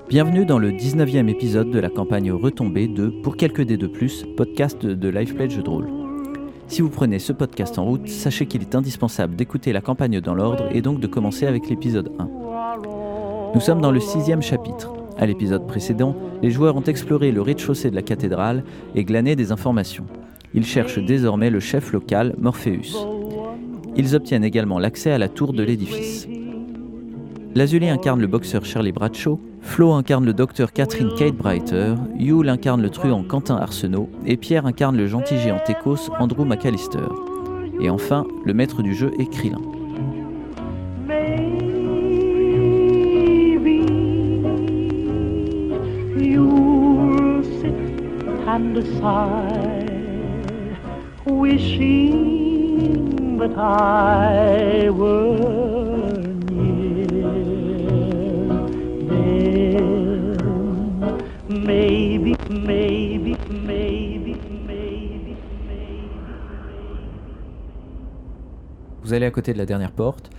Bienvenue dans le 19e épisode de la campagne Retombée de Pour quelques dés de plus, podcast de Lifeplay Jeux de rôle. Si vous prenez ce podcast en route, sachez qu'il est indispensable d'écouter la campagne dans l'ordre et donc de commencer avec l'épisode 1. Nous sommes dans le 6e chapitre. À l'épisode précédent, les joueurs ont exploré le rez-de-chaussée de la cathédrale et glané des informations. Ils cherchent désormais le chef local, Morpheus. Ils obtiennent également l'accès à la tour de l'édifice. Lazuli incarne le boxeur Shirley Bradshaw, Flo incarne le docteur Catherine Kate Breiter, Yule incarne le truand Quentin Arsenault et Pierre incarne le gentil géant Écosse Andrew McAllister. Et enfin, le maître du jeu est Krillin. You'll sit and sigh, wishing that I were near. Then maybe. Vous allez à côté de la dernière porte.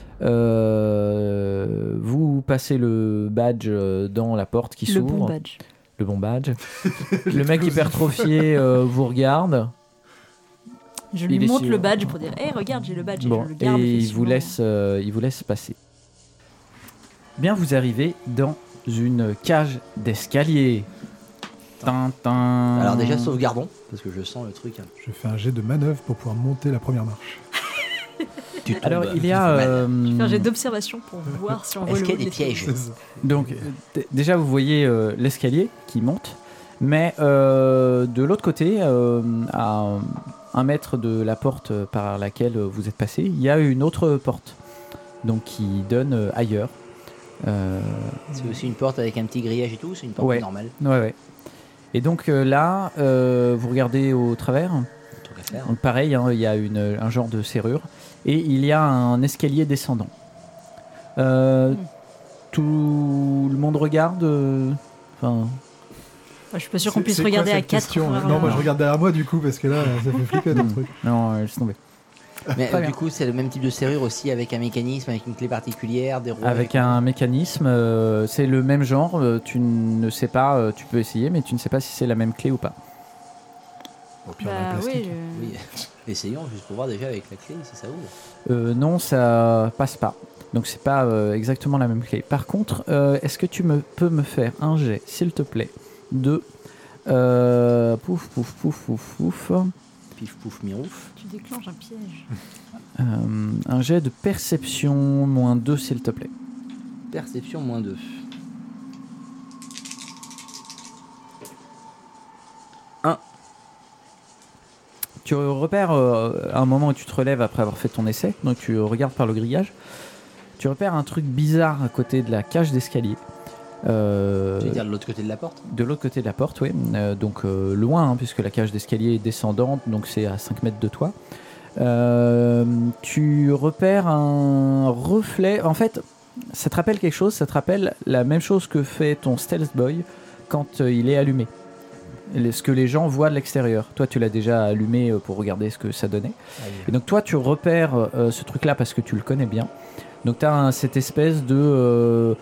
Vous passez le badge dans la porte qui s'ouvre. Le bon badge. Le mec hypertrophié vous regarde. Je lui montre le badge pour dire « Hey, regarde, j'ai le badge » bon, et je le garde. Et il vous laisse passer. Bien, vous arrivez dans une cage d'escalier. Tintin. Alors déjà, sauvegardons, parce que je sens le truc. Je fais un jet de manœuvre pour pouvoir monter la première marche. Alors, il y a... Je fais un jet d'observation pour voir si on voit Est-ce le qu'il y haut a de des pièges? Donc, déjà, vous voyez l'escalier qui monte, mais de l'autre côté, à 1 mètre de la porte par laquelle vous êtes passé, il y a une autre porte, donc qui donne ailleurs. C'est aussi une porte avec un petit grillage et tout, c'est une porte normale. Ouais. Et donc là, vous regardez au travers. Truc à faire. Donc pareil, il y a un genre de serrure et il y a un escalier descendant. Tout le monde regarde. Je suis pas sûr qu'on puisse regarder à 4. Non, moi je regarde derrière moi du coup parce que là ça fait flipper ton truc. Non, laisse tomber. Mais du coup, c'est le même type de serrure aussi avec un mécanisme, avec une clé particulière, des roues. Avec un mécanisme, c'est le même genre. Tu ne sais pas, tu peux essayer, mais tu ne sais pas si c'est la même clé ou pas. Au pire, dans le plastique. Oui, essayons juste pour voir déjà avec la clé si ça ouvre. Non, ça passe pas. Donc c'est pas exactement la même clé. Par contre, est-ce que tu peux me faire un jet, s'il te plaît, de pouf. Pif pouf mirouf. Tu déclenches un piège. Un jet de perception -2, s'il te plaît. Perception -2. Tu repères à un moment où tu te relèves après avoir fait ton essai, donc tu regardes par le grillage, tu repères un truc bizarre à côté de la cage d'escalier. Tu veux dire de l'autre côté de la porte? De l'autre côté de la porte, oui. Donc loin, puisque la cage d'escalier est descendante, donc c'est à 5 mètres de toi. Tu repères un reflet. En fait, ça te rappelle quelque chose, ça te rappelle la même chose que fait ton Stealth Boy quand il est allumé. Ce que les gens voient de l'extérieur. Toi, tu l'as déjà allumé pour regarder ce que ça donnait. Et donc toi, tu repères ce truc-là parce que tu le connais bien. Donc tu as cette espèce de...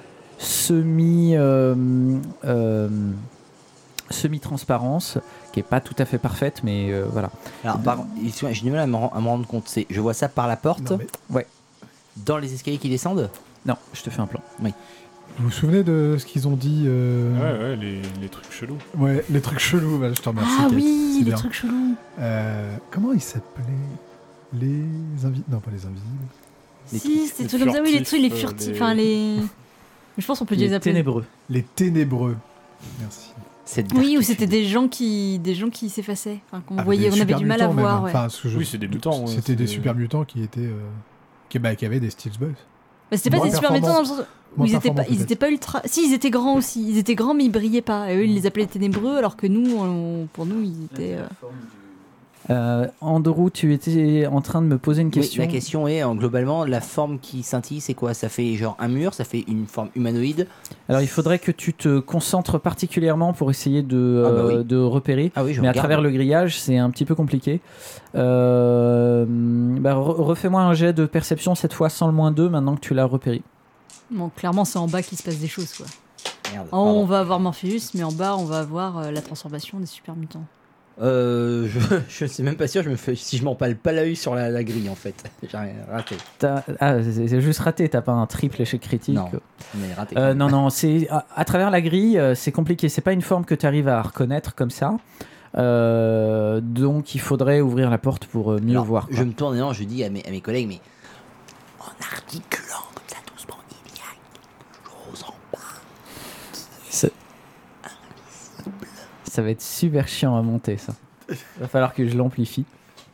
semi-transparence qui est pas tout à fait parfaite, mais voilà. Alors, j'ai du mal à me rendre compte. Je vois ça par la porte. Non, mais... Ouais. Dans les escaliers qui descendent. Non, je te fais un plan. Oui. Vous vous souvenez de ce qu'ils ont dit Ouais, les trucs chelous. Ouais, les trucs chelous, je te remercie. Ah Kate, oui, c'est les bien. trucs chelous. Comment ils s'appelaient? Les invisibles? Non, pas les invisibles. Si, c'était tout comme ça, oui, les trucs, les furtifs, enfin les... Je pense qu'on peut les Les appeler. ténébreux. Les ténébreux. Merci. Oui, ou c'était des gens qui s'effaçaient, enfin, qu'on voyait, des on avait super du mal à mutants, voir. même. Ouais. Enfin, Oui, c'est des mutants. C'était des super mutants qui étaient... qui avaient des Steel Boys. Bah, c'était pas Moins des super mutants dans le sens où ils étaient pas ultra. Si, ils étaient grands aussi. Ils étaient grands, mais ils brillaient pas. Et eux, ils les appelaient ténébreux, alors que nous, pour nous, ils étaient. Andrew, tu étais en train de me poser une question. Oui, la question est, globalement, la forme qui scintille, c'est quoi? Ça fait genre un mur, ça fait une forme humanoïde. Alors il faudrait que tu te concentres particulièrement pour essayer de repérer. Ah oui, mais à travers le grillage, c'est un petit peu compliqué. Refais-moi un jet de perception cette fois sans le -2 maintenant que tu l'as repéré. Bon, clairement, c'est en bas qu'il se passe des choses, quoi. Merde, On va avoir Morpheus, mais en bas, on va avoir la transformation des super mutants. Je suis même pas sûr, si je m'empale pas l'œil sur la grille en fait. J'ai raté. C'est juste raté, t'as pas un triple échec critique. Non, mais raté. Non, c'est à travers la grille, c'est compliqué. C'est pas une forme que tu arrives à reconnaître comme ça. Donc il faudrait ouvrir la porte pour mieux voir. Quoi. Je me tourne et je dis à mes collègues, mais en articulant comme ça doucement, il y a quelque chose en bas. Ça va être super chiant à monter, ça. Va falloir que je l'amplifie.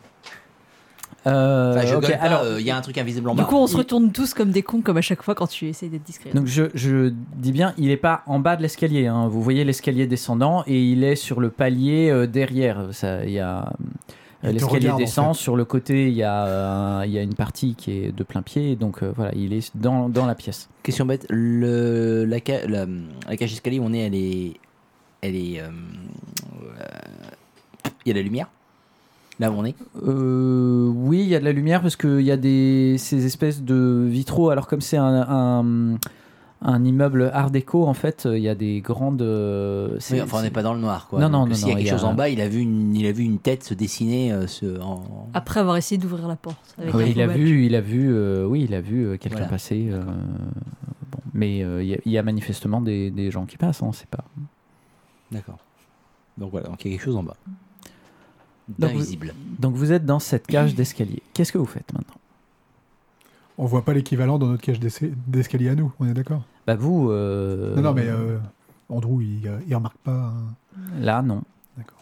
Alors, il y a un truc invisible en bas. Du coup, on se retourne tous comme des cons, comme à chaque fois quand tu essayes d'être discret. Donc je dis bien, il est pas en bas de l'escalier. Hein. Vous voyez l'escalier descendant et il est sur le palier derrière. Il y a l'escalier descend. En fait. Sur le côté, il y a une partie qui est de plein pied. Donc voilà, il est dans la pièce. Question bête, la cage d'escalier où on est, il y a de la lumière là où on est. Oui, il y a de la lumière parce qu'il y a ces espèces de vitraux. Alors comme c'est un immeuble art déco, en fait, il y a des grandes. Oui, enfin, on n'est pas dans le noir, quoi. Non. S'il y a quelque chose en bas, il a vu une tête se dessiner. Après avoir essayé d'ouvrir la porte. Avec il a vu quelqu'un passer. Bon, mais il y a manifestement des gens qui passent. Hein, c'est pas. D'accord. Donc voilà, donc il y a quelque chose en bas. D'invisible. Donc vous êtes dans cette cage d'escalier. Qu'est-ce que vous faites maintenant ? On voit pas l'équivalent dans notre cage d'escalier à nous, on est d'accord ? Bah vous... Non, mais Andrew, il remarque pas... Là, non. D'accord.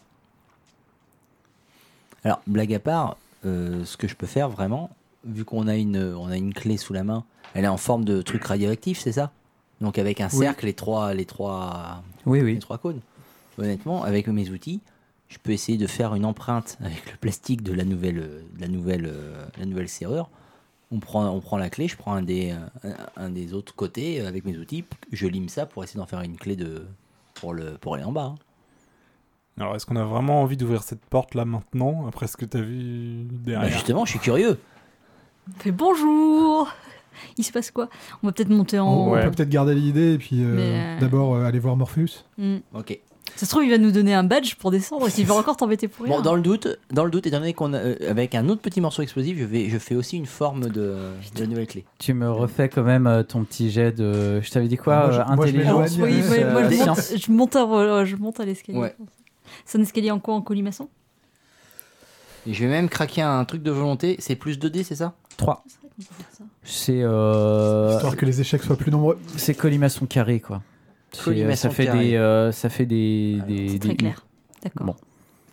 Alors, blague à part, ce que je peux faire vraiment, vu qu'on a une clé sous la main, elle est en forme de truc radioactif, c'est ça ? Donc avec un cercle, les trois cônes. Honnêtement, avec mes outils, je peux essayer de faire une empreinte avec le plastique de la nouvelle serrure. On prend la clé, je prends un des autres côtés avec mes outils, je lime ça pour essayer d'en faire une clé pour aller en bas. Hein. Alors, est-ce qu'on a vraiment envie d'ouvrir cette porte-là maintenant, après ce que tu as vu derrière ? Justement, je suis curieux. Fait bonjour. Il se passe quoi ? On va peut-être monter en haut. On peut peut-être garder l'idée et puis d'abord aller voir Morpheus. Ok. Ça se trouve, il va nous donner un badge pour descendre et s'il va encore t'embêter pour rien. Bon, dans le doute, étant donné qu'on a, avec un autre petit morceau explosif, je fais aussi une forme de la nouvelle clé. Tu me refais quand même ton petit jet de... Je t'avais dit quoi ? Intelligence. Oui, moi je monte à l'escalier. Ouais. C'est un escalier en quoi ? En colimaçon ? Et je vais même craquer un truc de volonté. C'est plus 2D, c'est ça ? 3. C'est... Histoire que les échecs soient plus nombreux. C'est colimaçon carré, quoi. Ça fait des... C'est très clair. D'accord. Bon.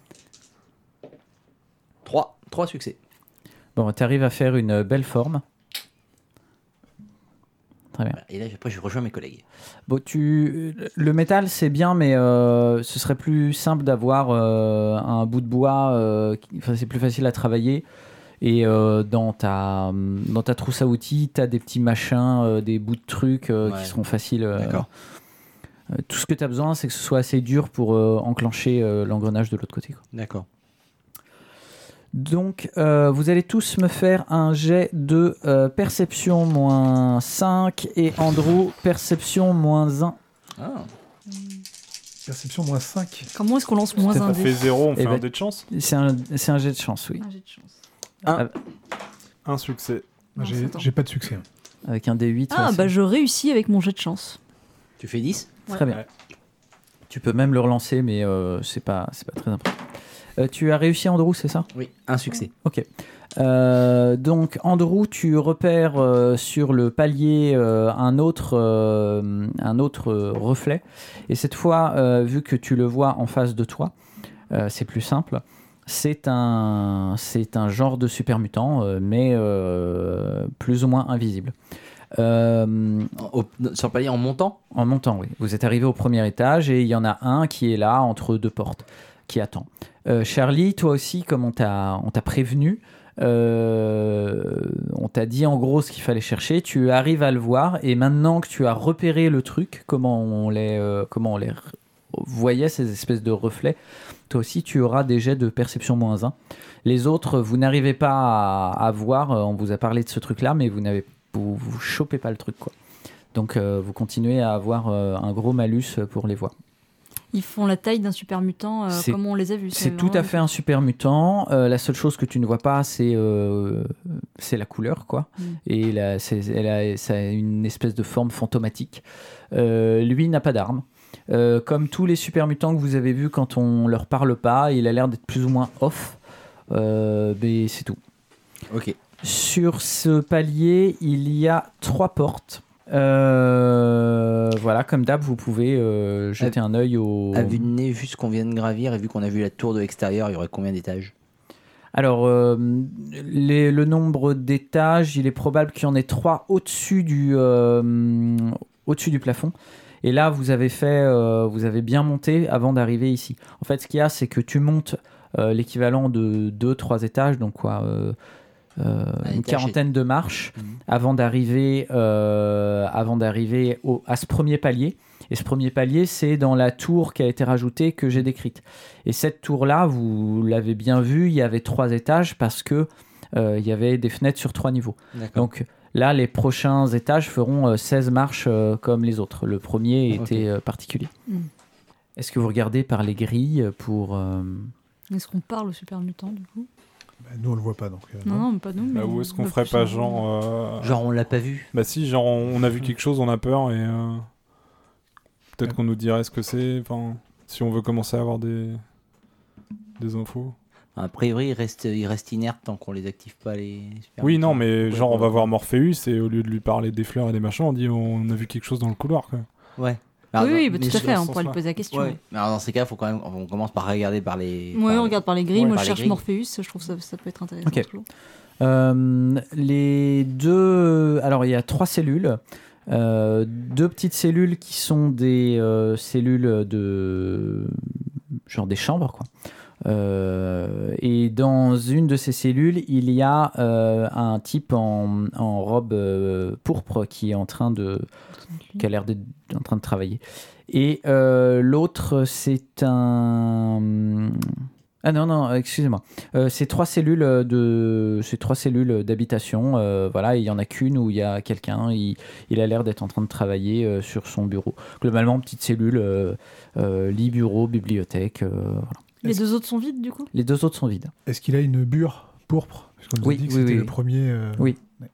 3 succès. Bon, t'arrives à faire une belle forme. Très bien. Et là, après, je rejoins mes collègues. Bon, le métal, c'est bien, mais ce serait plus simple d'avoir un bout de bois. C'est plus facile à travailler. Et dans ta trousse à outils, tu as des petits machins, des bouts de trucs qui seront faciles. D'accord. Tout ce que tu as besoin, c'est que ce soit assez dur pour enclencher l'engrenage de l'autre côté. Quoi. D'accord. Donc, vous allez tous me faire un jet de perception -5 et Andrew, perception -1. Ah. Perception -5. Comment est-ce qu'on lance -1 Ça fait 0, on fait un ben, dé de chance. C'est un jet de chance, oui. Un jet de chance. Un succès. J'ai pas de succès. Avec un D8. Ah, bah je réussis avec mon jet de chance. Tu fais 10 ? Très bien. Ouais. Tu peux même le relancer, mais c'est pas très important. Tu as réussi, Andrew, c'est ça ? Oui, un succès. Ok. Donc, Andrew, tu repères sur le palier un autre reflet. Et cette fois, vu que tu le vois en face de toi, c'est plus simple. C'est un genre de super mutant, mais plus ou moins invisible. Sur le palier en montant ? En montant, oui. Vous êtes arrivé au premier étage et il y en a un qui est là entre deux portes, qui attend. Charlie, toi aussi, comme on t'a prévenu, on t'a dit en gros ce qu'il fallait chercher, tu arrives à le voir et maintenant que tu as repéré le truc, comment on les voyait, ces espèces de reflets, toi aussi tu auras des jets de perception -1. Les autres, vous n'arrivez pas à voir, on vous a parlé de ce truc là, mais vous chopez pas le truc, quoi. Donc vous continuez à avoir un gros malus pour les voix. Ils font la taille d'un super mutant comme on les a vus. C'est tout à fait un super mutant. La seule chose que tu ne vois pas, c'est la couleur, quoi. Et ça a une espèce de forme fantomatique. Lui n'a pas d'arme. Comme tous les super mutants que vous avez vus, quand on leur parle pas, il a l'air d'être plus ou moins off. Mais c'est tout. Ok. Sur ce palier, il y a 3 portes. Voilà, comme d'hab, vous pouvez jeter un œil au... À vue de nez, vu ce qu'on vient de gravir et vu qu'on a vu la tour de l'extérieur, il y aurait combien d'étages ? Alors, le nombre d'étages, il est probable qu'il y en ait 3 au-dessus du plafond. Et là, vous avez bien monté avant d'arriver ici. En fait, ce qu'il y a, c'est que tu montes l'équivalent de 2-3 étages, donc quoi... une quarantaine de marches avant d'arriver à ce premier palier. Et ce premier palier, c'est dans la tour qui a été rajoutée que j'ai décrite. Et cette tour-là, vous l'avez bien vu, il y avait 3 étages parce que il y avait des fenêtres sur 3 niveaux. D'accord. Donc là, les prochains étages feront 16 marches comme les autres. Le premier était particulier. Est-ce que vous regardez par les grilles pour... Est-ce qu'on parle au super mutant du coup ? Nous on le voit pas donc. Non, pas nous. Où est-ce qu'on ferait pas genre. Genre on l'a pas vu. Bah si, genre on a vu quelque chose, on a peur et. Peut-être qu'on nous dirait ce que c'est. Enfin, si on veut commencer à avoir des infos. A priori, il reste inerte tant qu'on les active pas les. Oui, non, mais genre on va voir Morpheus et au lieu de lui parler des fleurs et des machins, on dit on a vu quelque chose dans le couloir quoi. Ouais. Alors, oui, tout à fait, on pourrait lui poser la question. Ouais. Mais alors dans ces cas, faut quand même, on commence par regarder par les. Oui, on regarde par les grilles. Moi, je cherche Morpheus. Je trouve ça peut être intéressant. Okay. Les deux. Alors, il y a 3 cellules. 2 petites cellules qui sont des cellules de. Genre des chambres, quoi. Et dans une de ces cellules, il y a un type en robe pourpre qui est qui a l'air d'être en train de travailler. Et l'autre, c'est un... Ah non, excusez-moi. C'est 3 cellules d'habitation. Voilà, il y en a qu'une où il y a quelqu'un. Il a l'air d'être en train de travailler sur son bureau. Globalement, petite cellule, lit, bureau, bibliothèque. Voilà. Les 2 autres sont vides, du coup ? Les 2 autres sont vides. Est-ce qu'il a une bure pourpre ? Parce qu'on nous a dit que c'était le premier... Oui. Ouais.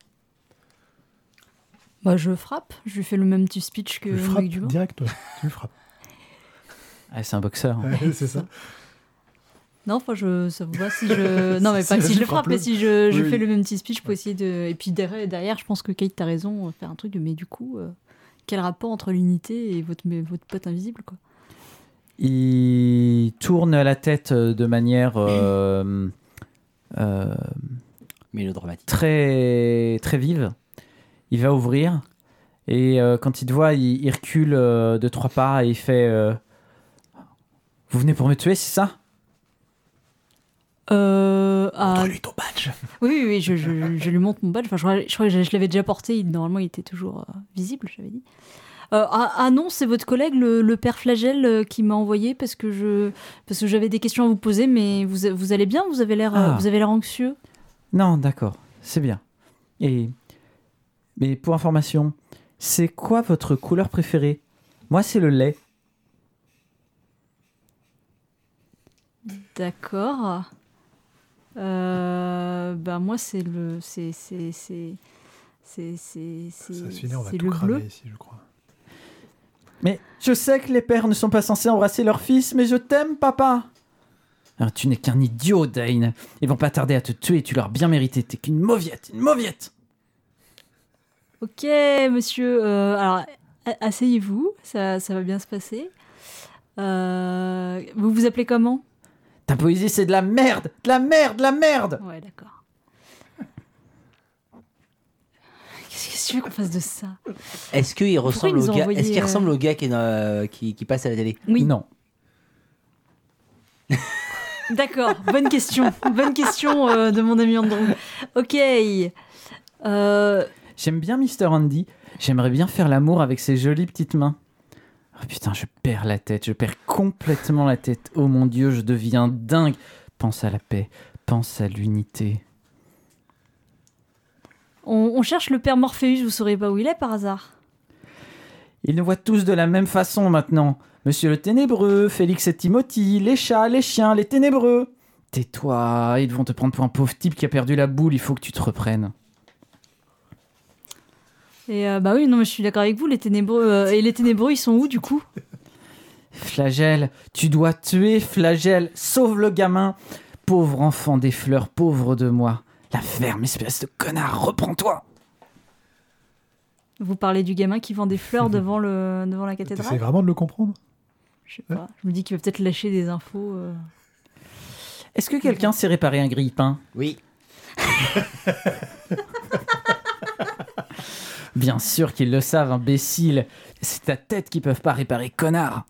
Bah, je frappe. Je lui fais le même petit speech que Mec Dumas. Direct, toi. Tu le frappes. Ah, c'est un boxeur. Ouais, c'est ça. Non, enfin, ça vous va si je... Non, mais pas si je le frappe, mais si je fais le même petit speech pour essayer de... Et puis derrière, je pense que Kate, t'as raison, faire un truc de... Mais du coup, quel rapport entre l'unité et votre pote invisible, quoi ? Il tourne la tête de manière mélodramatique, très, très vive. Il va ouvrir et quand il te voit, il recule de 3 pas et il fait Vous venez pour me tuer, c'est ça ? Montre-lui ton badge. Oui, je lui montre mon badge. Enfin, je crois que je l'avais déjà porté. Normalement, il était toujours visible, j'avais dit. Non, c'est votre collègue, le père Flagel, qui m'a envoyé parce que j'avais des questions à vous poser, mais vous allez bien ? Vous avez l'air anxieux ? Non, d'accord, c'est bien. Mais pour information, c'est quoi votre couleur préférée ? Moi, c'est le lait. D'accord. Moi, c'est le... Ça se finit, on va tout le cramer bleu. ici, je crois. Mais je sais que les pères ne sont pas censés embrasser leur fils, mais je t'aime, papa. Alors, tu n'es qu'un idiot, Dane. Ils vont pas tarder à te tuer, tu l'as bien mérité. T'es qu'une mauviette, une mauviette. Ok, monsieur. Alors, asseyez-vous, ça va bien se passer. Vous vous appelez comment ? Ta poésie, c'est de la merde, de la merde, de la merde. Ouais, d'accord. Qu'est-ce que tu veux qu'on fasse de ça ? Est-ce qu'il ressemble au gars Est-ce qu'il ressemble au gars qui passe à la télé ? Oui. Non. D'accord, bonne question. Bonne question de mon ami Andrew. Ok. J'aime bien Mr. Andy. J'aimerais bien faire l'amour avec ses jolies petites mains. Oh putain, je perds la tête. Je perds complètement la tête. Oh mon Dieu, je deviens dingue. Pense à la paix. Pense à l'unité. On cherche le père Morpheus. Vous saurez pas où il est par hasard ? Ils nous voient tous de la même façon maintenant. Monsieur le Ténébreux, Félix et Timothy, les chats, les chiens, les Ténébreux. Tais-toi, ils vont te prendre pour un pauvre type qui a perdu la boule, il faut que tu te reprennes. Et bah oui, non, mais je suis d'accord avec vous, les Ténébreux. Et les Ténébreux, ils sont où du coup? Flagelle, tu dois tuer Flagelle, sauve le gamin. Pauvre enfant des fleurs, pauvre de moi. La ferme, espèce de connard, reprends-toi. Vous parlez du gamin qui vend des fleurs devant la cathédrale? T'essayes vraiment de le comprendre? Je sais pas. Je me dis qu'il va peut-être lâcher des infos. Est-ce que quelqu'un sait réparer un grille-pain? Oui. Bien sûr qu'ils le savent, imbécile. C'est ta tête qu'ils peuvent pas réparer, connard.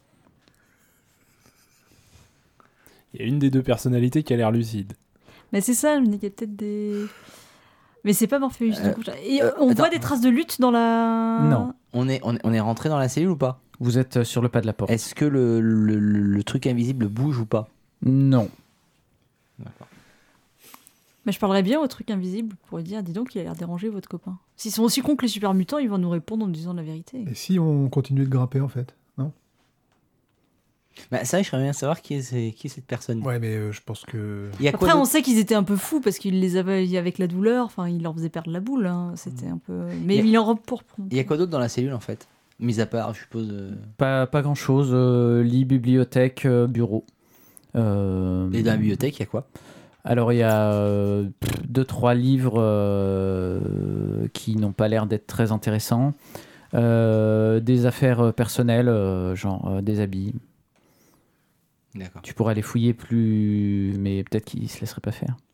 Il y a une des deux personnalités qui a l'air lucide. Mais c'est ça, je me dis qu'il y a peut-être des... Mais c'est pas Morpheus du coup. Et on voit des traces de lutte dans la... Non. On est rentré dans la cellule ou pas? Vous êtes sur le pas de la porte. Est-ce que le truc invisible bouge ou pas? Non. D'accord. Mais je parlerais bien au truc invisible pour lui dire, dis donc, il a l'air dérangé votre copain. S'ils sont aussi cons que les super mutants, ils vont nous répondre en nous disant la vérité. Et si on continue de grimper en fait? Non? Bah, ça, je serais bien savoir qui est cette personne. Ouais, mais je pense que... Il y a quoi Après, on d'autre sait qu'ils étaient un peu fous parce qu'ils les avaient avec la douleur. Enfin, ils leur faisaient perdre la boule. Hein. C'était un peu. Mais il est en robe pourpre. Il y a quoi d'autre dans la cellule en fait? Mis à part, je suppose. Pas grand-chose. Lit, bibliothèque, bureau. Et dans la bibliothèque, il y a quoi? Alors, il y a 2-3 livres qui n'ont pas l'air d'être très intéressants. Des affaires personnelles, genre des habits. D'accord. Tu pourrais les fouiller plus... Mais peut-être qu'ils se laisseraient pas faire.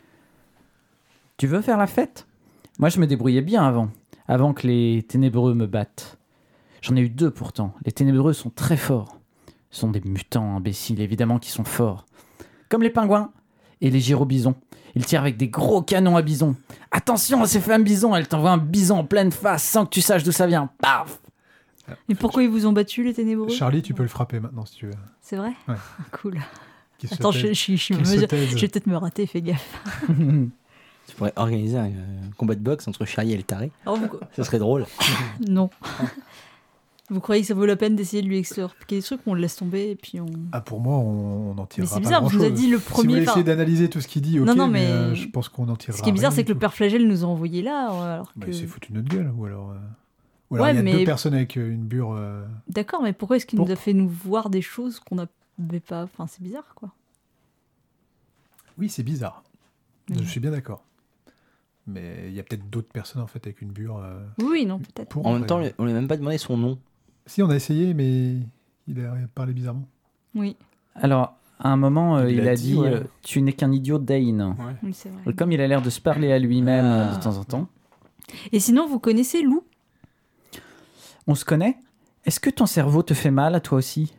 Tu veux faire la fête? Moi, je me débrouillais bien avant que les Ténébreux me battent. J'en ai eu 2 pourtant. Les Ténébreux sont très forts. Ce sont des mutants imbéciles, évidemment, qui sont forts. Comme les pingouins et les gyrobisons. Ils tirent avec des gros canons à bison. Attention à ces femmes bisons, elles t'envoient un bison en pleine face sans que tu saches d'où ça vient. Paf! Et pourquoi ils vous ont battu, les Ténébreux? Charlie, tu peux le frapper maintenant si tu veux. C'est vrai? Ouais. Cool. Qu'il se Attends, taise. je taise. vais peut-être me rater, fais gaffe. Tu pourrais organiser un combat de boxe entre Charlie et le taré. Alors, Ça serait drôle. Non. Vous croyez que ça vaut la peine d'essayer de lui expliquer des trucs ou on le laisse tomber et puis on... Ah, pour moi, on en tirera Mais c'est pas bizarre, vous nous a grand-chose. dit le Si vous premier... voulez enfin, essayer d'analyser tout ce qu'il dit, ok, Non, mais mais je pense qu'on en tirera ce qui est bizarre, rien c'est du que le tout. père Flagel nous a envoyé là, alors Bah, que... il s'est foutu de notre gueule, ou alors Ouais, il y a mais- 2 personnes avec une bure... D'accord, mais pourquoi est-ce qu'il Pour- nous a fait nous voir des choses qu'on n'avait pas... Enfin, c'est bizarre, quoi. Oui, c'est bizarre. Mais- Je suis bien d'accord. Mais il y a peut-être d'autres personnes en fait avec une bure... Oui, non, peut-être. pour En même temps, on lui a même pas demandé son nom. Si, on a essayé, mais il a parlé bizarrement. Oui, Alors, à un moment, Il il a a dit, dit ouais. tu n'es qu'un idiot, Dane. Ouais. oui c'est vrai. Comme il a l'air de se parler à lui-même Ah. de temps en temps. Et sinon, vous connaissez Lou? On se connaît? Est-ce que ton cerveau te fait mal à toi aussi?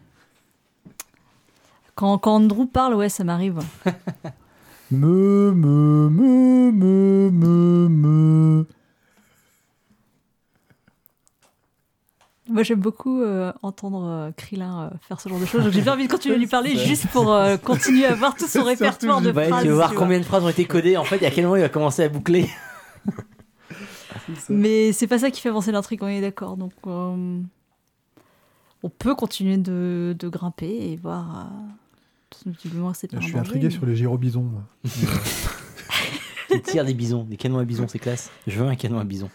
Quand Andrew parle, ouais, ça m'arrive. Me. Moi, j'aime beaucoup entendre Krillin faire ce genre de choses. Donc, j'ai bien envie de continuer à lui parler juste pour continuer à voir tout son répertoire de Ouais, phrases. tu veux voir tu vois. combien de phrases ont été codées en fait et à quel moment il va commencer à boucler. Mais c'est pas ça qui fait avancer l'intrigue, on est d'accord. Donc, on peut continuer de grimper et voir. Visiblement, c'est pas Je un suis danger, intrigué mais- sur les gyrobisons. moi. Qui tire des bisons, des canons à bisons, c'est classe. Je veux un canon à bison.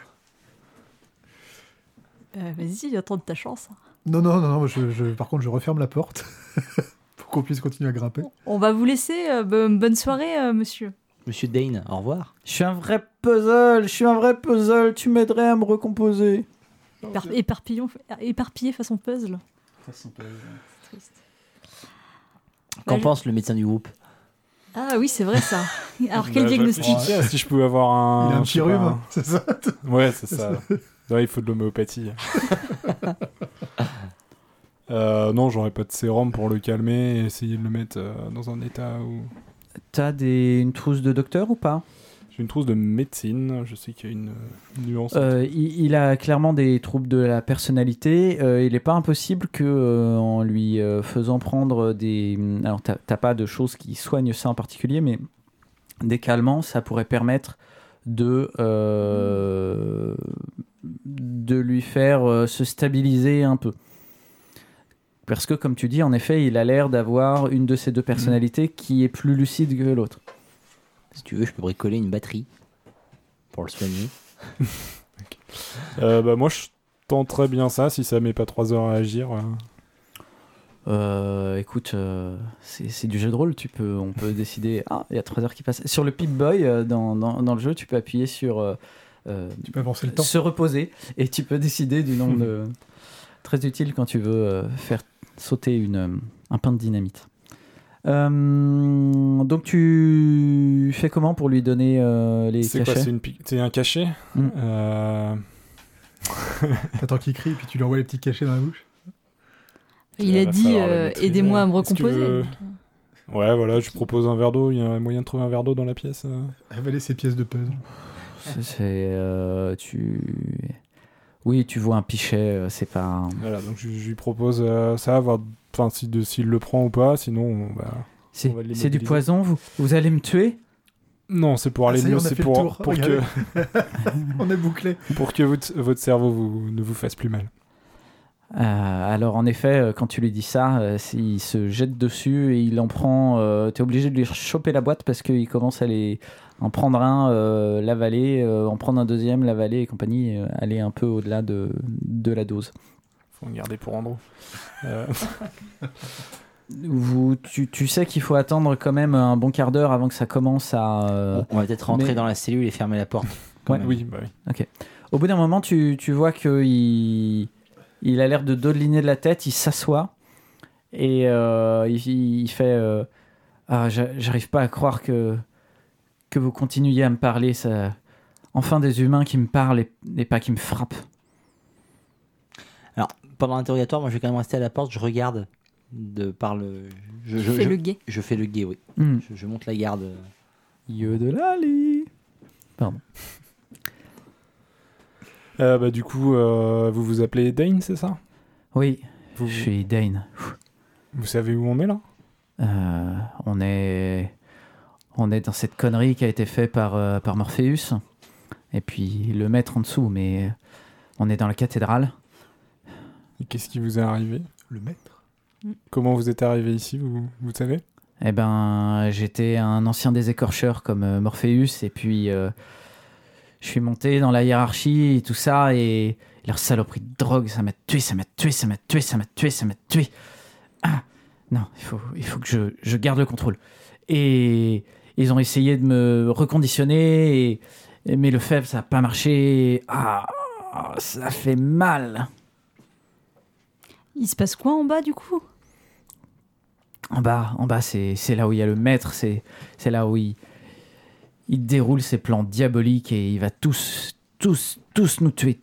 Vas-y, attends de ta chance. Non, par contre, je referme la porte pour qu'on puisse continuer à grimper. On va vous laisser. Bonne soirée, monsieur. Monsieur Dane, au revoir. Je suis un vrai puzzle, tu m'aiderais à me recomposer. Éparpillé façon puzzle. C'est triste. Qu'en je- pense le médecin du groupe? Ah oui, c'est vrai ça. Alors, quel Bah, je diagnostic? réfléchissais à si je pouvais avoir un. Il a un je sais petit rhume, pas, c'est ça? Ouais, c'est ça. Ouais, il faut de l'homéopathie. Non, j'aurais pas de sérum pour le calmer et essayer de le mettre dans un état où. T'as une trousse de docteur ou pas? J'ai une trousse de médecine, je sais qu'il y a une nuance. Il a clairement des troubles de la personnalité. Il n'est pas impossible que en lui faisant prendre des... Alors, t'as pas de choses qui soignent ça en particulier, mais des calmants, ça pourrait permettre de de lui faire se stabiliser un peu. Parce que, comme tu dis, en effet, il a l'air d'avoir une de ces deux personnalités qui est plus lucide que l'autre. Si tu veux, je peux bricoler une batterie pour le soigner. Moi, je tenterais bien ça si ça met pas 3 heures à agir. Écoute, c'est du jeu de rôle. On peut décider. Ah, il y a 3 heures qui passent. Sur le Pip-Boy, dans le jeu, tu peux appuyer sur. Tu peux avancer le temps. Se reposer et tu peux décider du nombre de. Très utile quand tu veux faire sauter un pain de dynamite. Donc tu fais comment pour lui donner les cachets? C'est un cachet. T'attends qu'il crie et puis tu lui envoies les petits cachets dans la bouche. Il a dit aidez-moi à me recomposer. Ouais, voilà, je propose un verre d'eau. Il y a moyen de trouver un verre d'eau dans la pièce. Avaler ses pièces de puzzle. Oui, tu vois un pichet, c'est pas... Voilà, donc je lui propose ça, voir s'il le prend ou pas, sinon... C'est du poison, vous allez me tuer? Non, c'est pour aller mieux, c'est pour que... On est bouclé. Pour que votre cerveau ne vous fasse plus mal. Alors en effet, quand tu lui dis ça, il se jette dessus et il en prend... t'es obligé de lui choper la boîte parce qu'il commence à en prendre un, l'avaler, en prendre un deuxième, l'avaler et compagnie, aller un peu au-delà de la dose. Faut en garder pour Andrew. Tu sais qu'il faut attendre quand même un bon quart d'heure avant que ça commence à... On va peut-être rentrer dans la cellule et fermer la porte. Ouais. Oui. Ok. Au bout d'un moment, tu vois qu'il a l'air de dodeliner de la tête, il s'assoit et il fait j'arrive pas à croire que vous continuiez à me parler, ça... enfin des humains qui me parlent et pas qui me frappent. Alors, pendant l'interrogatoire, moi je vais quand même rester à la porte, je regarde je fais le guet. Je fais le guet, oui. Je monte la garde. Yodelali. Pardon. Du coup, vous vous appelez Dane, c'est ça? Oui, je suis Dane. Vous savez où on est là? On est dans cette connerie qui a été faite par Morpheus. Et puis le maître en dessous, mais on est dans la cathédrale. Et qu'est-ce qui vous est arrivé? Le maître? Comment vous êtes arrivé ici, vous savez? Eh ben, j'étais un ancien des écorcheurs comme Morpheus, et puis je suis monté dans la hiérarchie et tout ça, et leur saloperie de drogue, ça m'a tué. Ah, non, il faut que je garde le contrôle. Et ils ont essayé de me reconditionner, mais le fève, ça n'a pas marché. Ah, ça fait mal. Il se passe quoi en bas, du coup? En bas, c'est là où il y a le maître, c'est là où il déroule ses plans diaboliques et il va tous nous tuer.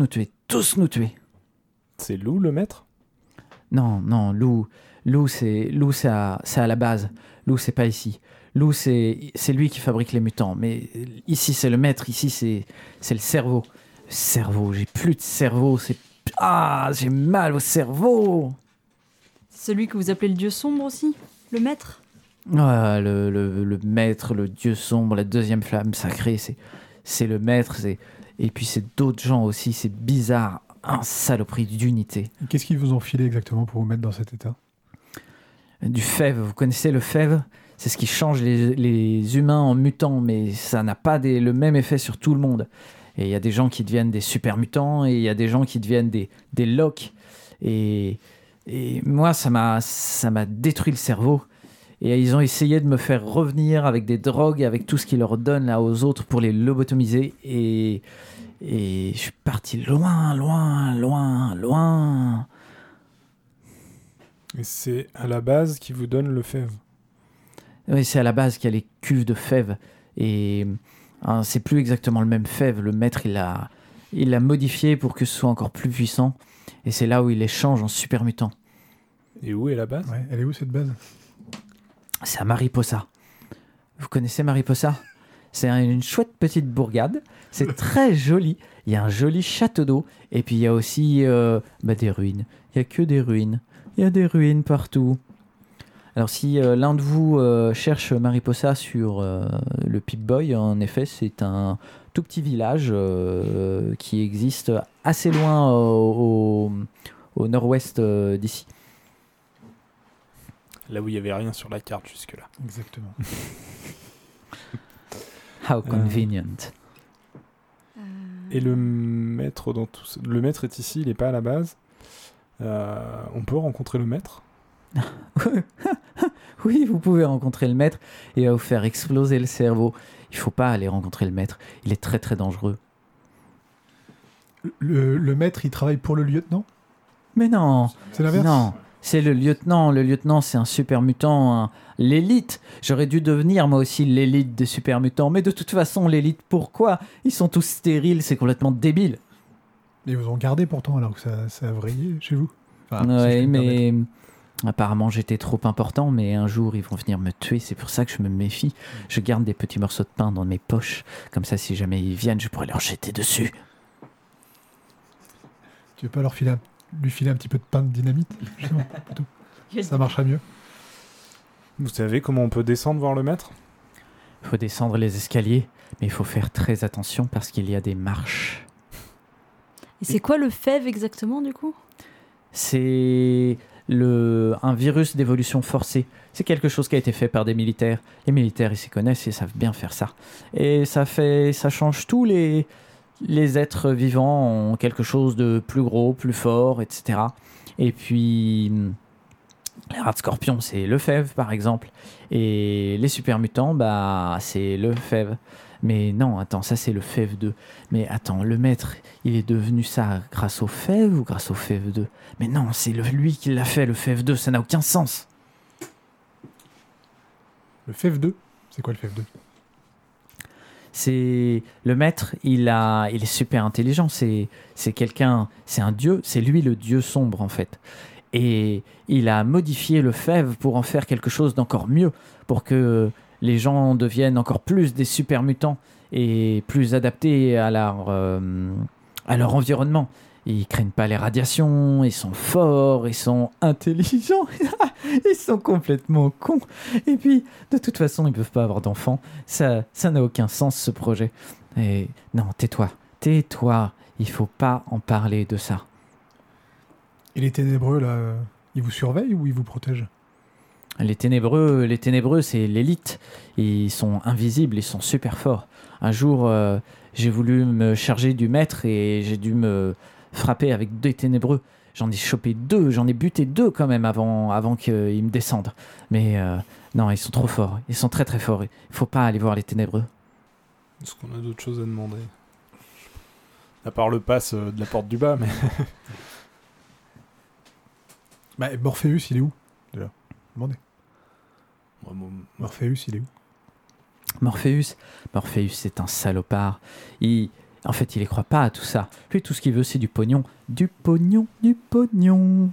C'est Lou, le maître? Non, Lou c'est à la base. Lou, c'est pas ici. Lou, c'est lui qui fabrique les mutants. Mais ici, c'est le maître. Ici, c'est le cerveau. Le cerveau, j'ai plus de cerveau. J'ai mal au cerveau. Celui que vous appelez le dieu sombre aussi? Le maître? Le maître, le dieu sombre, la deuxième flamme sacrée, c'est le maître. Et puis c'est d'autres gens aussi. C'est bizarre. Un saloperie d'unité. Qu'est-ce qu'ils vous ont filé exactement pour vous mettre dans cet état? Du fève. Vous connaissez le fève? C'est ce qui change les humains en mutants, mais ça n'a pas le même effet sur tout le monde. Et il y a des gens qui deviennent des super mutants, et il y a des gens qui deviennent des Locke. Et moi, ça m'a détruit le cerveau. Et ils ont essayé de me faire revenir avec des drogues, avec tout ce qu'ils leur donnent là aux autres pour les lobotomiser. Et je suis parti loin. Et c'est à la base qui vous donne le fève? Oui, c'est à la base qu'il y a les cuves de fève. Et c'est plus exactement le même fève. Le maître, il l'a modifié pour que ce soit encore plus puissant. Et c'est là où il les change en super mutants. Et où est la base? Ouais, elle est où cette base? C'est à Mariposa. Vous connaissez Mariposa? C'est une chouette petite bourgade. C'est très joli. Il y a un joli château d'eau. Et puis il y a aussi des ruines. Il n'y a que des ruines. Il y a des ruines partout. Alors si l'un de vous cherche Mariposa sur le Pip-Boy, en effet, c'est un tout petit village qui existe assez loin au nord-ouest d'ici. Là où il n'y avait rien sur la carte jusque-là. Exactement. How convenient. Et le maître dans tout ça... Le maître est ici, il n'est pas à la base. On peut rencontrer le maître? Oui, vous pouvez rencontrer le maître et il va vous faire exploser le cerveau. Il faut pas aller rencontrer le maître. Il est très très dangereux. Le maître, il travaille pour le lieutenant? Mais non. C'est l'inverse? Non. C'est le lieutenant. Le lieutenant, c'est un super mutant. L'élite. J'aurais dû devenir moi aussi l'élite des super mutants. Mais de toute façon, l'élite, pourquoi? Ils sont tous stériles. C'est complètement débile. Ils vous ont gardé pourtant alors que ça a vrillé chez vous. Enfin, Ouais, si mais apparemment j'étais trop important, mais un jour ils vont venir me tuer, c'est pour ça que je me méfie. Je garde des petits morceaux de pain dans mes poches, comme ça si jamais ils viennent, je pourrais leur jeter dessus. Tu veux pas lui filer un petit peu de pain de dynamite justement, plutôt. Ça marcherait mieux. Vous savez comment on peut descendre voir le maître? Il faut descendre les escaliers, mais il faut faire très attention parce qu'il y a des marches. Et c'est quoi le fève exactement du coup? C'est un virus d'évolution forcée. C'est quelque chose qui a été fait par des militaires. Les militaires, ils s'y connaissent et ils savent bien faire ça. Et ça change tous les êtres vivants en quelque chose de plus gros, plus fort, etc. Et puis, les rats de scorpion, c'est le fève, par exemple. Et les super mutants, bah, c'est le fève. Mais non, attends, ça c'est le fève 2. Mais attends, le maître, il est devenu ça grâce au fève ou grâce au fève 2? Mais non, c'est lui qui l'a fait, le fève 2, ça n'a aucun sens. Le fève 2? C'est quoi le fève 2? C'est le maître, il est super intelligent, c'est quelqu'un, c'est un dieu, c'est lui le dieu sombre en fait. Et il a modifié le fève pour en faire quelque chose d'encore mieux, pour que les gens deviennent encore plus des super mutants et plus adaptés à leur environnement. Ils craignent pas les radiations, ils sont forts, ils sont intelligents, ils sont complètement cons. Et puis, de toute façon, ils peuvent pas avoir d'enfants. Ça n'a aucun sens, ce projet. Et non, tais-toi, il faut pas en parler de ça. Et les ténébreux, là, ils vous surveillent ou ils vous protègent? Les ténébreux, c'est l'élite. Ils sont invisibles, ils sont super forts. Un jour, j'ai voulu me charger du maître et j'ai dû me frapper avec 2 ténébreux. J'en ai chopé 2, j'en ai buté 2 quand même avant qu'ils me descendent. Mais non, ils sont trop forts. Ils sont très très forts. Il faut pas aller voir les ténébreux. Est-ce qu'on a d'autres choses à demander? À part le pass de la porte du bas, mais... Bah, Morpheus, il est où déjà? Demandez. Ouais, bon, Morpheus, il est où? Morpheus, c'est un salopard. En fait, il y croit pas à tout ça. Lui, tout ce qu'il veut, c'est du pognon. Du pognon, du pognon.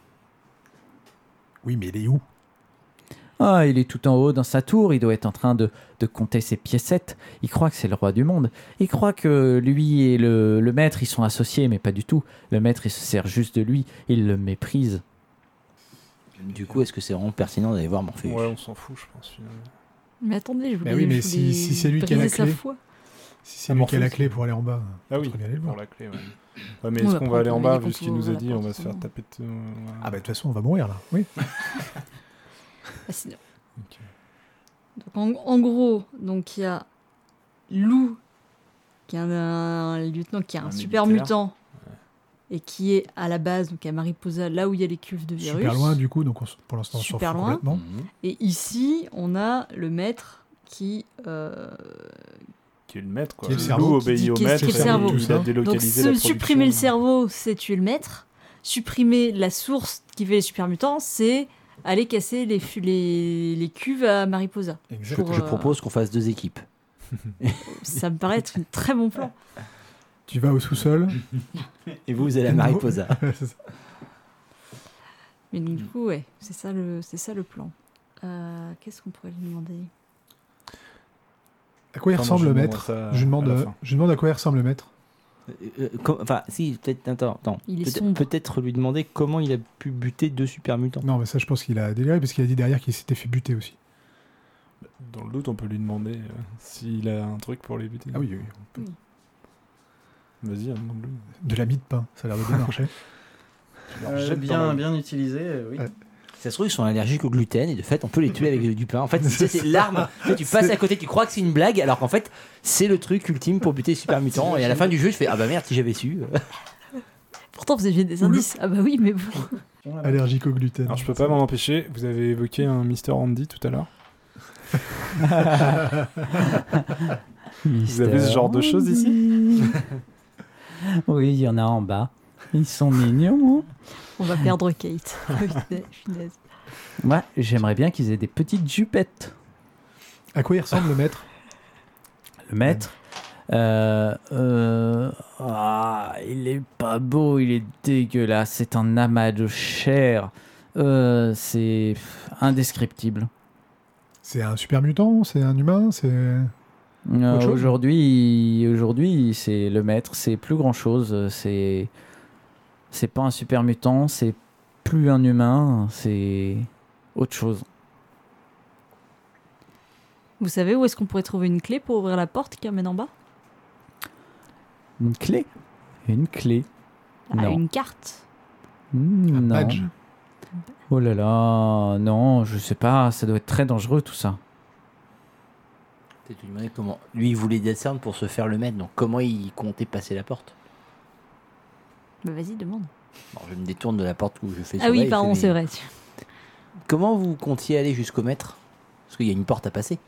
Oui, mais il est où? Ah, il est tout en haut dans sa tour. Il doit être en train de compter ses piécettes. Il croit que c'est le roi du monde. Il croit que lui et le maître, ils sont associés, mais pas du tout. Le maître, il se sert juste de lui. Il le méprise. Du coup, est-ce que c'est vraiment pertinent d'aller voir Morpheus? Ouais, on s'en fout, je pense, finalement. Mais attendez, je voulais. oui, mais si c'est lui qui a la briser sa clé. foi. Si c'est lui qui a la clé pour aller en bas, Ah oui, très bien aller le voir. pour la clé, ouais. Ouais, mais est-ce qu'on va aller en bas, vu ce qu'il nous a dit? On va se faire taper de... Ah bah de toute façon, on va mourir là. Oui. Fascinant. Donc, en gros, donc il y a Lou, qui est un lieutenant, qui est un super militaire. mutant, et qui est à la base, donc à Mariposa, là où il y a les cuves de virus. Super loin du coup, donc pour l'instant on s'en Super fout loin. complètement. Et ici, on a le maître qui Qui est le maître, quoi. Qui est le Lou cerveau. obéit au Qui est maître, le cerveau. il a Donc, délocalisé la production. supprimer le cerveau, c'est tuer le maître. Supprimer la source qui fait les super mutants, c'est aller casser les cuves à Mariposa. Exactement. Je propose qu'on fasse 2 équipes. Ça me paraît être un très bon plan. Tu vas au sous-sol. Et vous allez à Mariposa. C'est ça. Mais donc, du coup, ouais, c'est ça le plan. Qu'est-ce qu'on pourrait lui demander? À quoi il Enfin, ressemble moi, le je maître? demanderai ça Je à la demande fin. à quoi il ressemble le maître. Enfin, si, peut-être. Attends. Il est sombre. Peut-être lui demander comment il a pu buter 2 super mutants. Non, mais ça, je pense qu'il a déliré parce qu'il a dit derrière qu'il s'était fait buter aussi. Dans le doute, on peut lui demander s'il a un truc pour les buter. Ah oui. Oui. Vas-y, demande-lui. De la mie de pain, ça a l'air de bien marcher. Bien utilisé, oui. Ouais. Ça se trouve, ils sont allergiques au gluten et de fait, on peut les tuer avec du pain. En fait, c'est l'arme. Tu passes à côté, tu crois que c'est une blague, alors qu'en fait, c'est le truc ultime pour buter les super mutants. Et à la fin du jeu, je fais ah bah merde, si j'avais su. Pourtant, vous aviez des indices. Ah bah oui, mais bon. Allergique au gluten. Alors, je peux pas m'en empêcher. Vous avez évoqué un Mr. Andy tout à l'heure. Vous avez ce genre de choses ici? Oui, il y en a en bas. Ils sont mignons. On va perdre Kate. Punaise. Ouais, j'aimerais bien qu'ils aient des petites jupettes. À quoi il ressemble le maître? Le maître, il est pas beau, il est dégueulasse. C'est un amas de chair. C'est indescriptible. C'est un super mutant? C'est un humain? C'est... Autre chose? Aujourd'hui, c'est le maître. C'est plus grand chose. C'est pas un super mutant. C'est plus un humain. C'est autre chose. Vous savez où est-ce qu'on pourrait trouver une clé pour ouvrir la porte qui amène en bas? Une clé. Non. Une carte. Un Non. badge. Oh là là, non, je sais pas. Ça doit être très dangereux tout ça. Tu lui demandais comment. Lui, il voulait descendre pour se faire le maître, donc comment il comptait passer la porte? Bah vas-y, demande. Bon, je me détourne de la porte où je fais Ah oui, pardon, c'est vrai. Comment vous comptiez aller jusqu'au maître? Parce qu'il y a une porte à passer.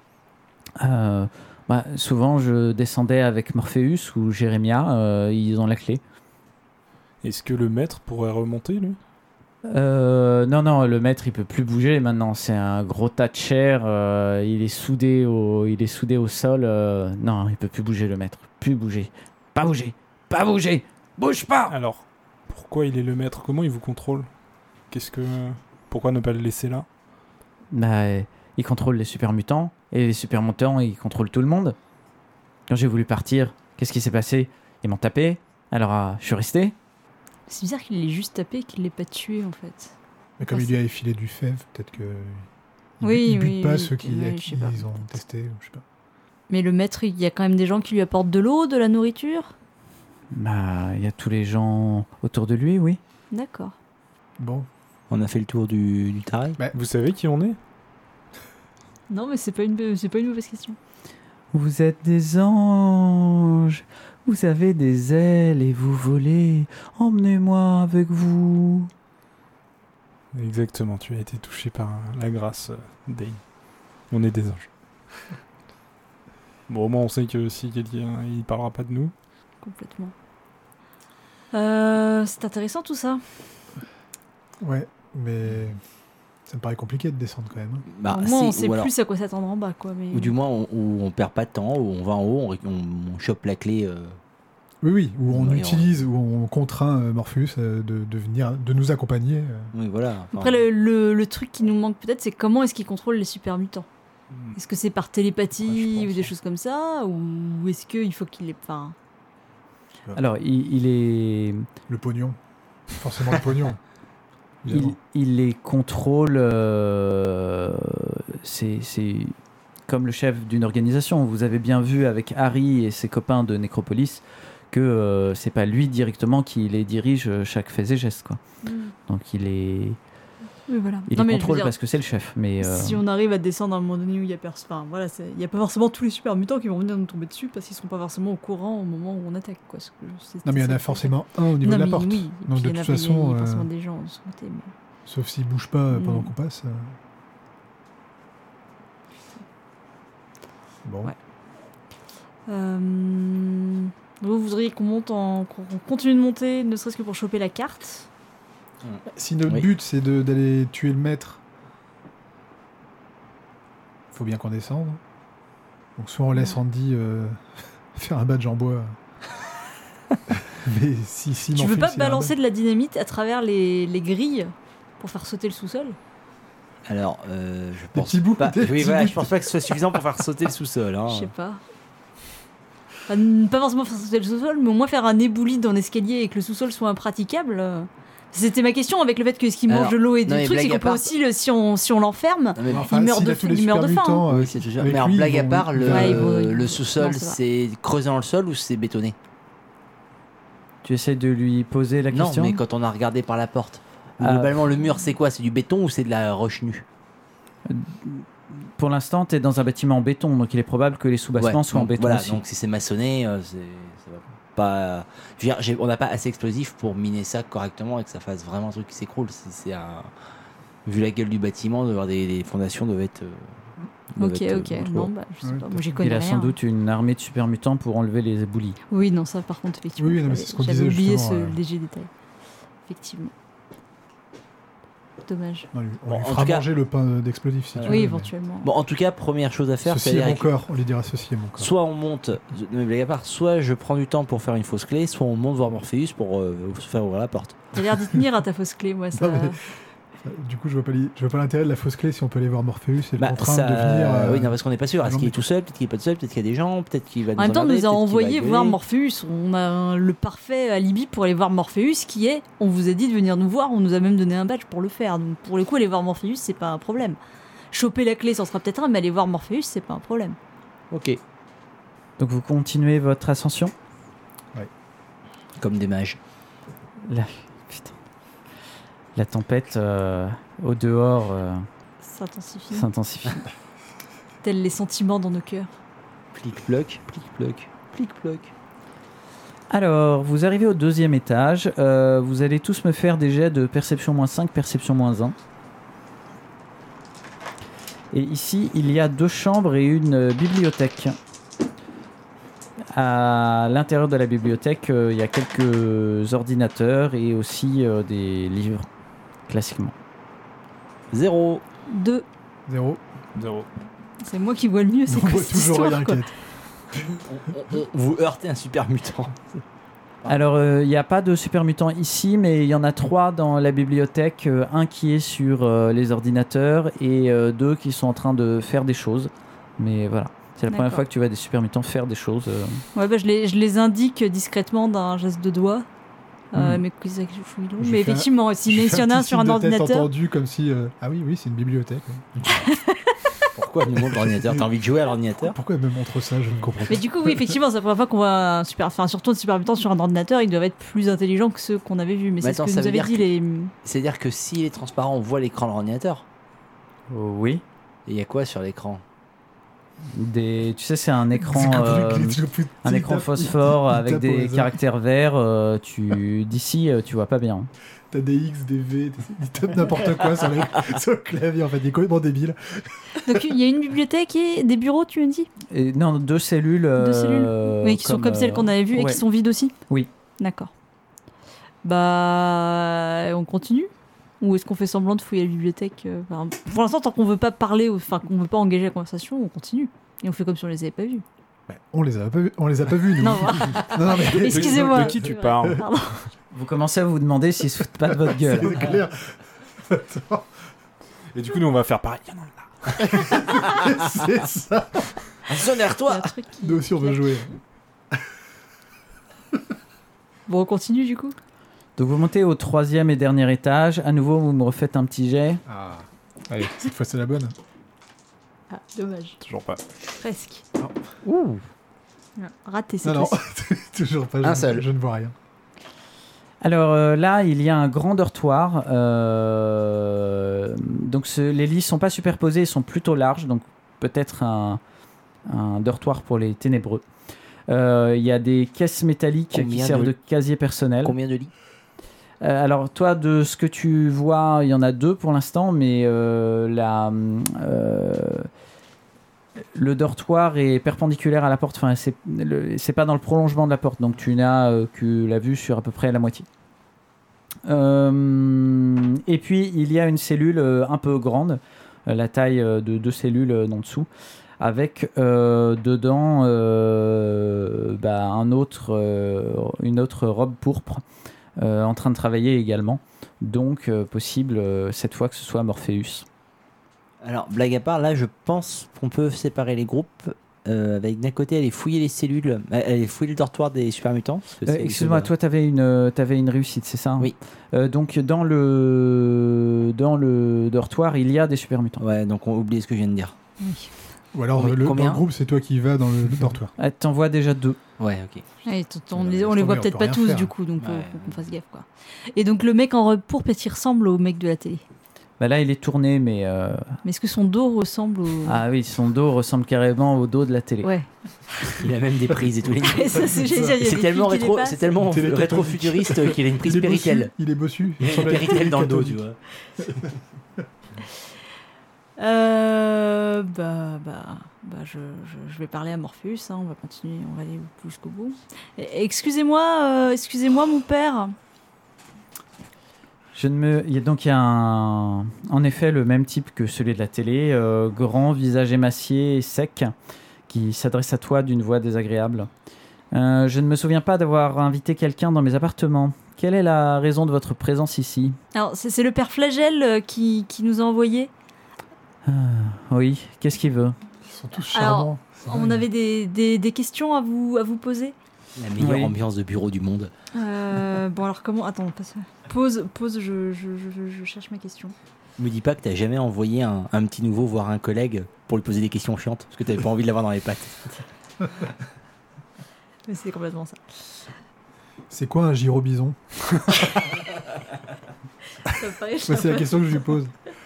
Souvent, je descendais avec Morpheus ou Jérémia. Ils ont la clé. Est-ce que le maître pourrait remonter, lui? Non, le maître, il peut plus bouger maintenant. C'est un gros tas de chair. Il est soudé au sol. Non, il peut plus bouger, le maître. Plus bouger. Pas bouger. Bouge pas. Alors, pourquoi il est le maître? Comment il vous contrôle? Pourquoi ne pas le laisser là? Il contrôle les super mutants. Et les super mutants, ils contrôlent tout le monde. Quand j'ai voulu partir, qu'est-ce qui s'est passé? Ils m'ont tapé. Alors, je suis resté. C'est bizarre qu'il l'ait juste tapé et qu'il l'ait pas tué en fait. Mais comme il lui a effilé du fève, peut-être que... Oui, il bute oui, pas oui. ceux qui Oui, à je qui sais pas. ils ont testé, ou je sais pas. Mais le maître, il y a quand même des gens qui lui apportent de l'eau, de la nourriture? Il y a tous les gens autour de lui, oui. D'accord. Bon. On a fait le tour du taré. Vous savez qui on est? Non, mais c'est pas une mauvaise question. Vous êtes des anges. Vous avez des ailes et vous volez. Emmenez-moi avec vous. Exactement, tu as été touché par la grâce d'Ain. On est des anges. Bon, au moins on sait que si quelqu'un il parlera pas de nous. Complètement. C'est intéressant tout ça. Ouais, mais ça me paraît compliqué de descendre quand même. Au moins, on sait plus à quoi s'attendre en bas, quoi. Mais... Ou du moins, on perd pas de temps, ou on va en haut, on chope la clé. Oui, où on Oui, utilise, où on contraint Morpheus de nous accompagner. Oui, voilà. Enfin, Après, le truc qui nous manque peut-être, c'est comment est-ce qu'ils contrôlent les super mutants? Est-ce que c'est par télépathie Ouais, je pense, ou des choses comme ça? Ou est-ce qu'il faut qu'il les... Enfin... Alors, il est... Le pognon. Forcément le pognon. Il les contrôle. C'est comme le chef d'une organisation. Vous avez bien vu avec Harry et ses copains de Necropolis que c'est pas lui directement qui les dirige chaque fait et geste, quoi. Donc il les voilà. il Non, les mais je veux contrôle dire, parce que c'est le chef. Mais si on arrive à descendre à un moment donné où il y a personne, enfin voilà, il y a pas forcément tous les super mutants qui vont venir nous tomber dessus parce qu'ils sont pas forcément au courant au moment où on attaque, quoi. Non, mais il y en a forcément un au niveau de la porte. Oui. Donc Puis de il y en toute a- façon, il y a forcément des gens de son côté. Mais... sauf s'il bouge pas pendant qu'on passe. Bon. Ouais. Vous voudriez qu'on continue de monter, ne serait-ce que pour choper la carte? Si notre Oui. but c'est d'aller tuer le maître, faut bien qu'on descende. Donc soit on laisse Andy faire un badge en bois. Mais si Tu veux Morpheus, pas il a un balancer de la dynamite à travers les grilles pour faire sauter le sous-sol? Alors, je pense petits bouts, pas. des Oui, petits voilà, bouts. je pense pas que ce soit suffisant pour faire sauter le sous-sol. Hein. Je sais pas. Enfin, pas forcément faire sauter le sous-sol, mais au moins faire un éboulis dans l'escalier et que le sous-sol soit impraticable. C'était ma question avec le fait que ce qui mange de l'eau et du truc, c'est qu'on peut aussi, si on l'enferme, il meurt de faim. Oui, c'est sûr. Mais alors, blague à part, le sous-sol, c'est creusé dans le sol ou c'est bétonné? Tu essaies de lui poser la question? Non, mais quand on a regardé par la porte, globalement, le mur, c'est quoi? C'est du béton ou c'est de la roche nue? Pour l'instant, tu es dans un bâtiment en béton, donc il est probable que les sous-bassements soient en béton voilà, aussi. donc si c'est maçonné, ça va pas... Je veux dire, on n'a pas assez explosif pour miner ça correctement et que ça fasse vraiment un truc qui s'écroule. Vu la gueule du bâtiment, les fondations doivent être... Ok. Non, je sais pas. Moi, j'y connais rien. Il a sans doute une armée de super mutants pour enlever les éboulis. Oui, non, ça par contre, effectivement. Oui, non, mais c'est ce qu'on disait. J'avais oublié justement, ce léger détail. Effectivement. Dommage. Non, on lui fera manger le pain d'explosif si tu veux. Oui, éventuellement. Bon, en tout cas, première chose à faire, ceci est mon corps. On lui dira ceci est mon corps. Soit on monte, mais blague à part, soit je prends du temps pour faire une fausse clé, soit on monte voir Morpheus pour se faire ouvrir la porte. T'as l'air d'y tenir à ta fausse clé, moi. Ça... Non, mais... Du coup, je vois pas l'intérêt de la fausse clé si on peut aller voir Morpheus et le contraindre de venir. Oui, non, parce qu'on n'est pas sûr. Est-ce qu'il est tout seul? Peut-être qu'il est pas tout seul. Peut-être qu'il y a des gens. Peut-être qu'il va. En même temps, on nous a envoyé voir Morpheus. On a le parfait alibi pour aller voir Morpheus, qui est, on vous a dit de venir nous voir. On nous a même donné un badge pour le faire. Donc pour le coup, aller voir Morpheus, c'est pas un problème. Choper la clé, ça en sera peut-être un, mais aller voir Morpheus, c'est pas un problème. Ok. Donc vous continuez votre ascension? Ouais. Comme des mages. La tempête au dehors s'intensifie. Tels les sentiments dans nos cœurs. Plic-ploc, plic-ploc, plic-ploc. Alors, vous arrivez au 2e étage. Vous allez tous me faire des jets de perception -5, perception -1. Et ici, il y a 2 chambres et une bibliothèque. À l'intérieur de la bibliothèque, il y a quelques ordinateurs et aussi des livres, classiquement. 0. 2. 0. C'est moi qui vois le mieux, c'est quoi cette histoire, quoi. Vous heurtez un super mutant. Alors, il n'y a pas de super mutant ici, mais il y en a 3 dans la bibliothèque. Un qui est sur les ordinateurs et 2 qui sont en train de faire des choses. Mais voilà. C'est la première fois que tu vois des super mutants faire des choses. Ouais, bah, je les indique discrètement d'un geste de doigt. Mais effectivement, s'il y en a un sur un ordinateur. Entendu comme si. Ah oui, c'est une bibliothèque. Pourquoi elle me montre l'ordinateur? T'as envie de jouer à l'ordinateur? Pourquoi elle me montre ça? Je ne comprends pas. Mais du coup, oui, effectivement, c'est la première fois qu'on voit surtout un super mutant sur un ordinateur. Ils doivent être plus intelligents que ceux qu'on avait vus. Mais c'est ce que nous avait dit C'est-à-dire que s'il est transparent, on voit l'écran de l'ordinateur? Oui. Et il y a quoi sur l'écran? Tu sais, c'est un écran phosphore avec des caractères verts. D'ici, tu vois pas bien. T'as des X, des V, tu tapes n'importe quoi sur le clavier, en fait, il est complètement débile. Donc il y a une bibliothèque et des bureaux, tu me dis? Non, 2 cellules. Oui, qui sont comme celles qu'on avait vues et qui sont vides aussi? Oui. D'accord. Bah, on continue? Ou est-ce qu'on fait semblant de fouiller la bibliothèque? Pour l'instant, tant qu'on veut pas parler, qu'on veut pas engager la conversation, on continue. Et on fait comme si on les avait pas vus. On les a pas vus, nous. Non, mais... Excusez-moi. De qui tu parles? Vous commencez à vous demander s'ils se foutent pas de votre gueule. C'est clair. Et du coup, nous, on va faire pareil. Il y en a là. C'est ça. Sonne-toi. Nous aussi, on veut jouer. Bon, on continue du coup. Donc vous montez au 3e et dernier étage. À nouveau, vous me refaites un petit jet. Ah. Allez, cette fois c'est la bonne. Ah, dommage. Toujours pas. Presque. Ouh. Raté cette Non, fois-ci. toujours pas. Un seul. Je ne vois rien. Alors là, il y a un grand dortoir. Donc les lits sont pas superposés, ils sont plutôt larges. Donc peut-être un dortoir pour les ténébreux. Il y a des caisses métalliques qui servent de casier personnel. Combien de lits? Alors toi, de ce que tu vois, il y en a 2 pour l'instant, mais le dortoir est perpendiculaire à la porte. Enfin, c'est pas dans le prolongement de la porte, donc tu n'as que la vue sur à peu près la moitié. Et puis il y a une cellule un peu grande, la taille de 2 cellules en dessous, avec dedans une autre robe pourpre en train de travailler également. Donc possible cette fois que ce soit Morpheus. Alors, blague à part, là je pense qu'on peut séparer les groupes avec d'un côté aller fouiller les cellules, aller fouiller le dortoir des super mutants. Excuse-moi, toi t'avais une réussite, c'est ça, hein? Oui. Donc dans le dortoir, il y a des super mutants. Ouais, donc on oublie ce que je viens de dire. Oui. Ou alors, dans le groupe, c'est toi qui vas dans le dortoir. T'en vois déjà 2. Ouais, ok. Ouais, on les voit peut-être pas tous, faire. du coup, donc Ouais. faut qu'on fasse gaffe, quoi. Et donc, le mec en robe pourpre, il ressemble au mec de la télé. Bah là, il est tourné, mais... Mais est-ce que son dos ressemble au... Ah oui, son dos ressemble carrément au dos de la télé. Ouais. Il a même des prises et tout. Et ça, c'est génial. il y a C'est des tellement fils qui dépassent. c'est tellement Télétectonique. rétro-futuriste qu'il a une prise Péritel. Il est bossu. Il a une Péritel dans le dos, tu vois. Je vais parler à Morpheus, hein, on va continuer, on va aller jusqu'au bout. Excusez-moi, mon père. Donc il y a en effet le même type que celui de la télé, grand, visage émacié et sec, qui s'adresse à toi d'une voix désagréable. Je ne me souviens pas d'avoir invité quelqu'un dans mes appartements. Quelle est la raison de votre présence ici ? Alors, c'est le père Flagel qui nous a envoyés. Oui, qu'est-ce qu'il veut ? Ils sont tous charmants. On avait des questions à vous poser. La meilleure Oui. ambiance de bureau du monde. Bon, alors comment... Attends, passe. Pause, je cherche ma question. Me dis pas que t'as jamais envoyé un petit nouveau voir un collègue pour lui poser des questions chiantes parce que t'avais pas envie de l'avoir dans les pattes. Mais c'est complètement ça. C'est quoi un gyrobison ? C'est la question que je lui pose.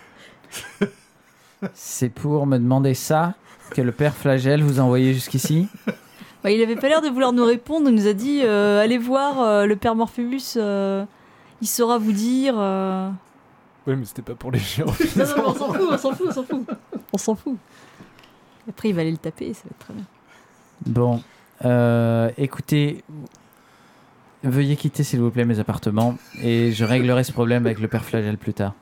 C'est pour me demander ça que le père Flagel vous a envoyé jusqu'ici ? Bah, il avait pas l'air de vouloir nous répondre. Il nous a dit allez voir le père Morpheus, il saura vous dire. Oui, mais c'était pas pour les géants. Non, on s'en fout. Après, il va aller le taper, ça va être très bien. Bon, écoutez, veuillez quitter s'il vous plaît mes appartements et je réglerai ce problème avec le père Flagel plus tard.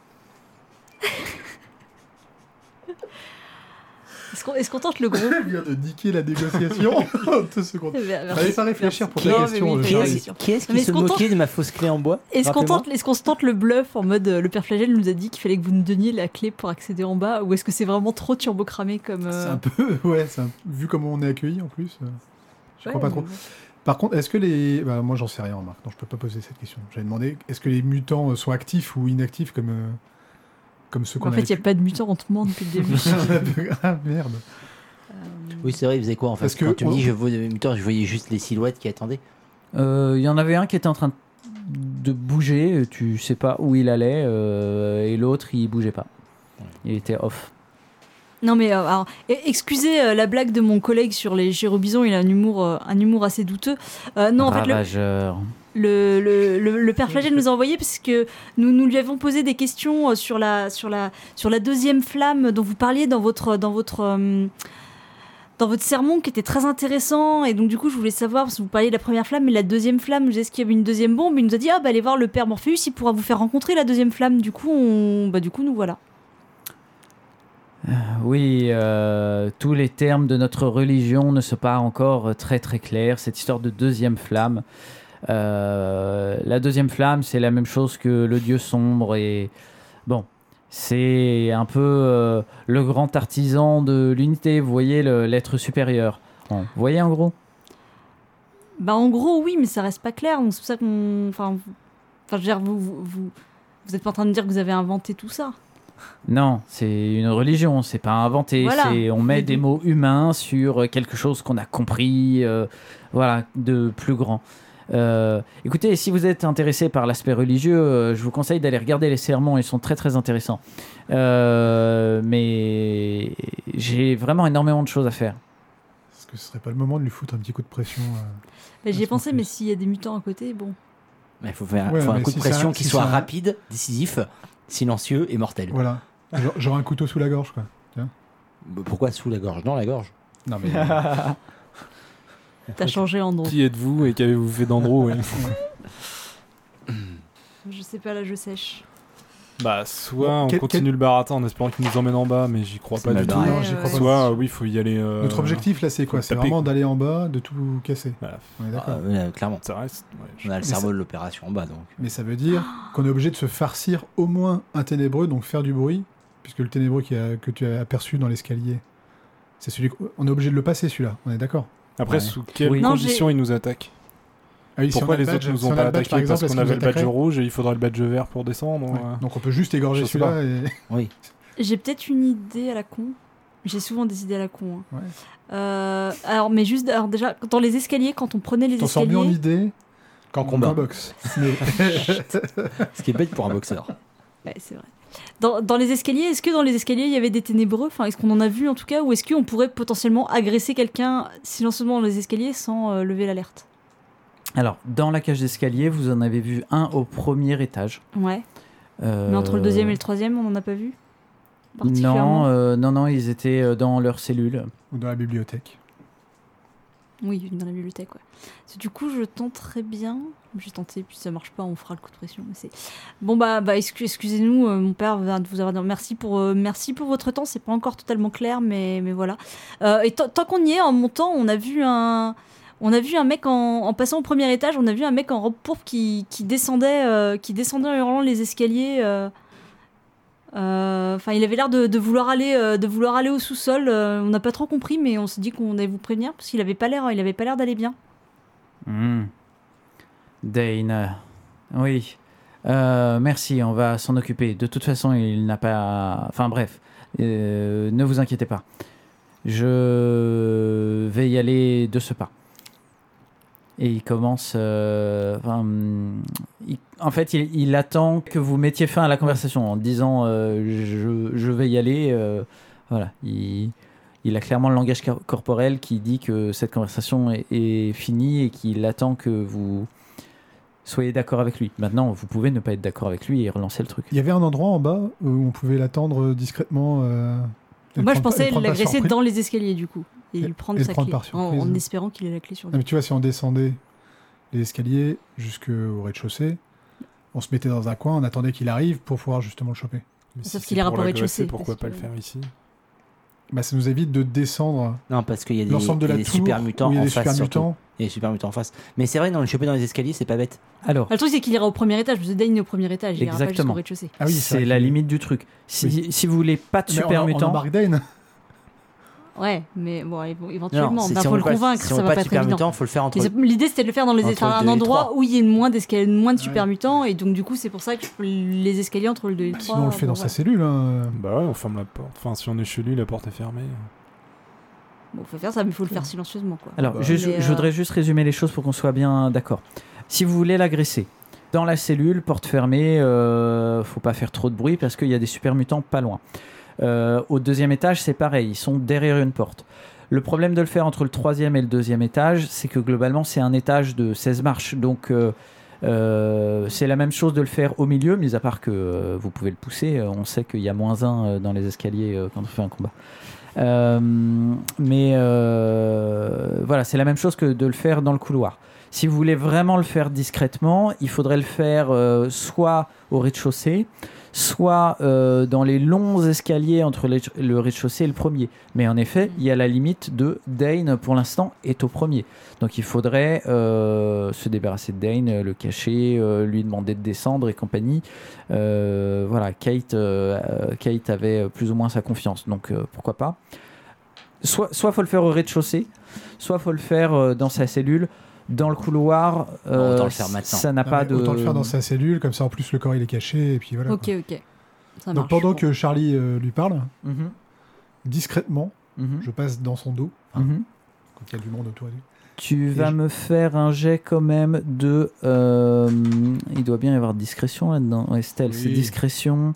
Est-ce qu'on tente le gros? Il vient de niquer la négociation. 2 secondes. Fallait pas réfléchir pour ta Non, mais question. oui, Charlie. Qui est-ce Mais qui est-ce se qu'on moquait de ma fausse clé en bois? Est-ce qu'on Rappelez-moi. se tente le bluff en mode le père Flagel nous a dit qu'il fallait que vous nous donniez la clé pour accéder en bas, ou est-ce que c'est vraiment trop turbo-cramé comme... C'est un peu, ouais, vu comment on est accueillis en plus, je crois pas trop. Par contre, est-ce que les... Bah, moi j'en sais rien, Marc, donc je peux pas poser cette question. J'avais demandé, est-ce que les mutants sont actifs ou inactifs comme ceux qu'on En fait, il n'y a pas de mutant en tout le monde depuis le début. Ah merde. Oui, c'est vrai, il faisait quoi en fait? Parce que Quand tu me dis je voyais des mutants, je voyais juste les silhouettes qui attendaient. Il y en avait un qui était en train de bouger, tu sais pas où il allait, et l'autre il bougeait pas. Il était off. Non mais alors, excusez la blague de mon collègue sur les gyrobisons, il a un humour assez douteux. Non, en fait, Ravageur. le père Flagel nous a envoyé parce que nous lui avons posé des questions sur la deuxième flamme dont vous parliez dans votre sermon, qui était très intéressant, et donc du coup je voulais savoir, parce que vous parliez de la première flamme, mais la deuxième flamme, est-ce qu'il y avait une deuxième bombe? Il nous a dit allez voir le père Morpheus, il pourra vous faire rencontrer la deuxième flamme. Du coup nous voilà. Oui, tous les termes de notre religion ne sont pas encore très très clairs. Cette histoire de deuxième flamme, la deuxième flamme, c'est la même chose que le dieu sombre, et bon, c'est un peu le grand artisan de l'unité. Vous voyez, l'être supérieur. Bon, vous voyez en gros? Bah en gros oui, mais ça reste pas clair. Donc c'est pour ça qu'on, je veux dire, vous êtes pas en train de dire que vous avez inventé tout ça. Non, c'est une religion, c'est pas inventé. Voilà. On met des mots humains sur quelque chose qu'on a compris, voilà, de plus grand. Écoutez, si vous êtes intéressé par l'aspect religieux, je vous conseille d'aller regarder les sermons, ils sont très très intéressants. Mais j'ai vraiment énormément de choses à faire. Est-ce que ce serait pas le moment de lui foutre un petit coup de pression J'y ai pensé, mais s'il y a des mutants à côté, bon. Il faut faire Ouais, faut un mais coup de si pression ça- qui si soit ça- rapide, décisif, silencieux et mortel. Voilà. Genre un couteau sous la gorge, quoi. Tiens. Pourquoi sous la gorge? Dans la gorge. Non mais... T'as changé Andrew. Qui êtes-vous et qu'avez-vous fait d'Andrew? Ouais. Je sais pas, là je sèche. Bah, soit Bon, on continue le baratin en espérant qu'il nous emmène en bas, mais j'y crois C'est pas mal du tout. barré. Non, j'y crois pas. Soit, oui, il faut y aller. Notre objectif là c'est quoi? faut C'est taper, vraiment quoi. d'aller en bas, de tout casser. Voilà. On est d'accord. Clairement. Ça reste. Ouais, On a le Mais cerveau ça- de l'opération en bas, donc. Mais ça veut dire qu'on est obligé de se farcir au moins un ténébreux, donc faire du bruit, puisque le ténébreux que tu as aperçu dans l'escalier, C'est celui on est obligé de le passer, celui-là. On est d'accord. Après, sous quelles Non, conditions ils nous attaquent? Ah oui, Pourquoi les autres nous ont pas attaqué? Parce qu'on avait le badge attaqueraient. rouge et il faudrait le badge vert pour descendre. Ouais. Donc on peut juste égorger Je sais celui-là. pas. Et... Oui. J'ai peut-être une idée à la con. J'ai souvent des idées à la con. Hein. Ouais. Alors déjà, dans les escaliers, quand on prenait les T'en sors mieux en escaliers... idée qu'en combat boxe. Ce qui est bête pour un boxeur. Ouais, c'est vrai. Dans les escaliers, est-ce que dans les escaliers, il y avait des ténébreux? Enfin, est-ce qu'on en a vu en tout cas? Ou est-ce qu'on pourrait potentiellement agresser quelqu'un silencieusement dans les escaliers sans lever l'alerte? Alors, dans la cage d'escalier, vous en avez vu un au premier étage. Ouais. Mais entre le deuxième et le troisième, on n'en a pas vu? Non, ils étaient dans leur cellule. Ou dans la bibliothèque. Oui, dans la bibliothèque, ouais. Du coup, je tenterais bien. J'ai tenté, puis ça marche pas, on fera le coup de pression. Mais c'est... Bon, excusez-nous, mon père vient de vous avoir dit merci pour votre temps. C'est pas encore totalement clair, mais voilà. Et tant qu'on y est, en montant, on a vu un mec en passant au premier étage, on a vu un mec en robe pourpre qui descendait en hurlant les escaliers. Enfin, il avait l'air de vouloir aller au sous-sol. On n'a pas trop compris, mais on s'est dit qu'on allait vous prévenir parce qu'il avait pas l'air d'aller bien. Dane, oui. Merci, on va s'en occuper. De toute façon, il n'a pas... Enfin bref, ne vous inquiétez pas. Je vais y aller de ce pas. Et il commence... en fait, il attend que vous mettiez fin à la conversation en disant je vais y aller. Voilà. Il a clairement le langage corporel qui dit que cette conversation est finie et qu'il attend que vous soyez d'accord avec lui. Maintenant, vous pouvez ne pas être d'accord avec lui et relancer le truc. Il y avait un endroit en bas où on pouvait l'attendre discrètement. Moi, je pensais l'agresser dans les escaliers, du coup. Et lui prendre sa clé. Par surprise. En espérant qu'il ait la clé sur lui. Non, mais tu vois, si on descendait les escaliers jusqu'au rez-de-chaussée, on se mettait dans un coin, on attendait qu'il arrive pour pouvoir justement le choper. Mais Sauf si qu'il c'est ira pour pas au rez-de-chaussée, l'agresser, pourquoi parce pas que- le faire ici? Bah, ça nous évite de descendre Non, parce qu'il y a l'ensemble de la tour super mutants où il y a en des face. super Surtout. mutants. Il y a des super mutants en face. Mais c'est vrai, non, le choper dans les escaliers, c'est pas bête. Alors, Le truc, c'est qu'il ira au premier étage. Parce que Dane est au premier étage. Il ira pas Exactement. jusqu'au rez-de-chaussée. Ah oui, c'est vrai la qu'il- limite du truc. Si vous voulez pas de Mais super on mutants... embarque Dane. Ouais, mais bon, éventuellement. Non, Il faut le convaincre, si ça on veut va pas pas de être super évident. mutants, faut le faire entre. Mais l'idée, c'était de le faire dans Entre un le deux et endroit trois. où il y ait moins de super mutants. Et donc, du coup, c'est pour ça que les escaliers entre le 2 et le 3. Sinon, on le fait dans sa cellule. Hein. Bah ouais, on ferme la porte. Enfin, si on est chez lui, la porte est fermée. Bon, faut faire ça, mais il faut le faire silencieusement, quoi. Alors, Bah, je voudrais juste résumer les choses pour qu'on soit bien d'accord. Si vous voulez l'agresser, dans la cellule, porte fermée, faut pas faire trop de bruit parce qu'il y a des super mutants pas loin. Au deuxième étage, c'est pareil, ils sont derrière une porte. Le problème de le faire entre le troisième et le deuxième étage, c'est que globalement, c'est un étage de 16 marches. Donc, c'est la même chose de le faire au milieu, mis à part que vous pouvez le pousser. On sait qu'il y a -1 dans les escaliers quand on fait un combat. Mais voilà, c'est la même chose que de le faire dans le couloir. Si vous voulez vraiment le faire discrètement, il faudrait le faire soit au rez-de-chaussée, soit dans les longs escaliers entre le rez-de-chaussée et le premier. Mais en effet, il y a la limite de Dane, pour l'instant, est au premier. Donc il faudrait se débarrasser de Dane, le cacher, lui demander de descendre et compagnie. Voilà, Kate avait plus ou moins sa confiance, donc pourquoi pas. Soit faut le faire au rez-de-chaussée, soit faut le faire dans sa cellule. Dans le couloir, autant le faire maintenant. ça n'a Non, pas mais de... Autant le faire dans sa cellule, comme ça en plus le corps il est caché, et puis voilà. Ok, quoi. ok. Ça Donc marche. pendant que Charlie lui parle, Mhm, discrètement, mhm, je passe dans son dos, mhm. quand il y a du monde autour de lui. Tu vas me faire un jet quand même de... il doit bien y avoir discrétion là-dedans. Ouais, Estelle, Oui. c'est discrétion.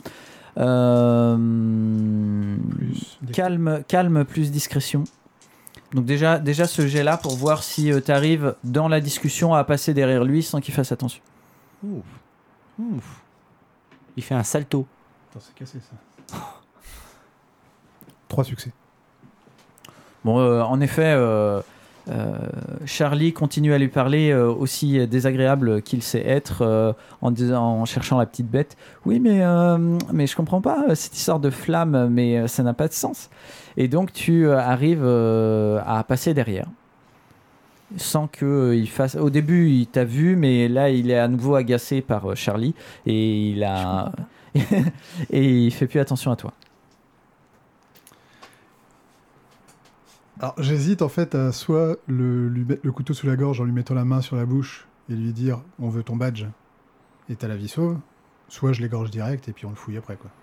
Plus Calme plus discrétion. Donc déjà ce jet-là pour voir si tu arrives dans la discussion à passer derrière lui sans qu'il fasse attention. Ouf. Ouf. Il fait un salto. Attends, c'est cassé ça. 3 succès. Bon, en effet, Charlie continue à lui parler aussi désagréable qu'il sait être en cherchant la petite bête. Oui, mais je comprends pas cette histoire de flamme, mais ça n'a pas de sens. Et donc tu arrives à passer derrière. Sans qu'il fasse... Au début, il t'a vu, mais là, il est à nouveau agacé par Charlie et il a... et il fait plus attention à toi. Alors j'hésite en fait à soit lui mettre le couteau sous la gorge en lui mettant la main sur la bouche et lui dire on veut ton badge et t'as la vie sauve, soit je l'égorge direct et puis on le fouille après quoi.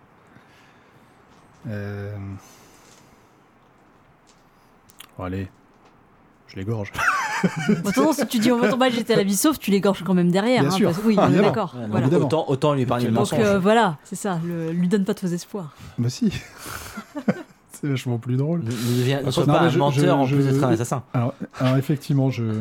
Bon, allez, je l'égorge. Attends, si tu dis on veut ton badge et t'as la vie sauve, tu l'égorges quand même derrière. Bien sûr. Parce... Oui, on est Évidemment. d'accord. Ouais, Voilà. Évidemment. autant lui épargner le Donc mensonge. voilà, c'est ça. Lui donne pas de faux espoirs. Bah si. C'est vachement plus drôle. Ne sois Non, pas mais un menteur en plus d'être un assassin. Alors effectivement, je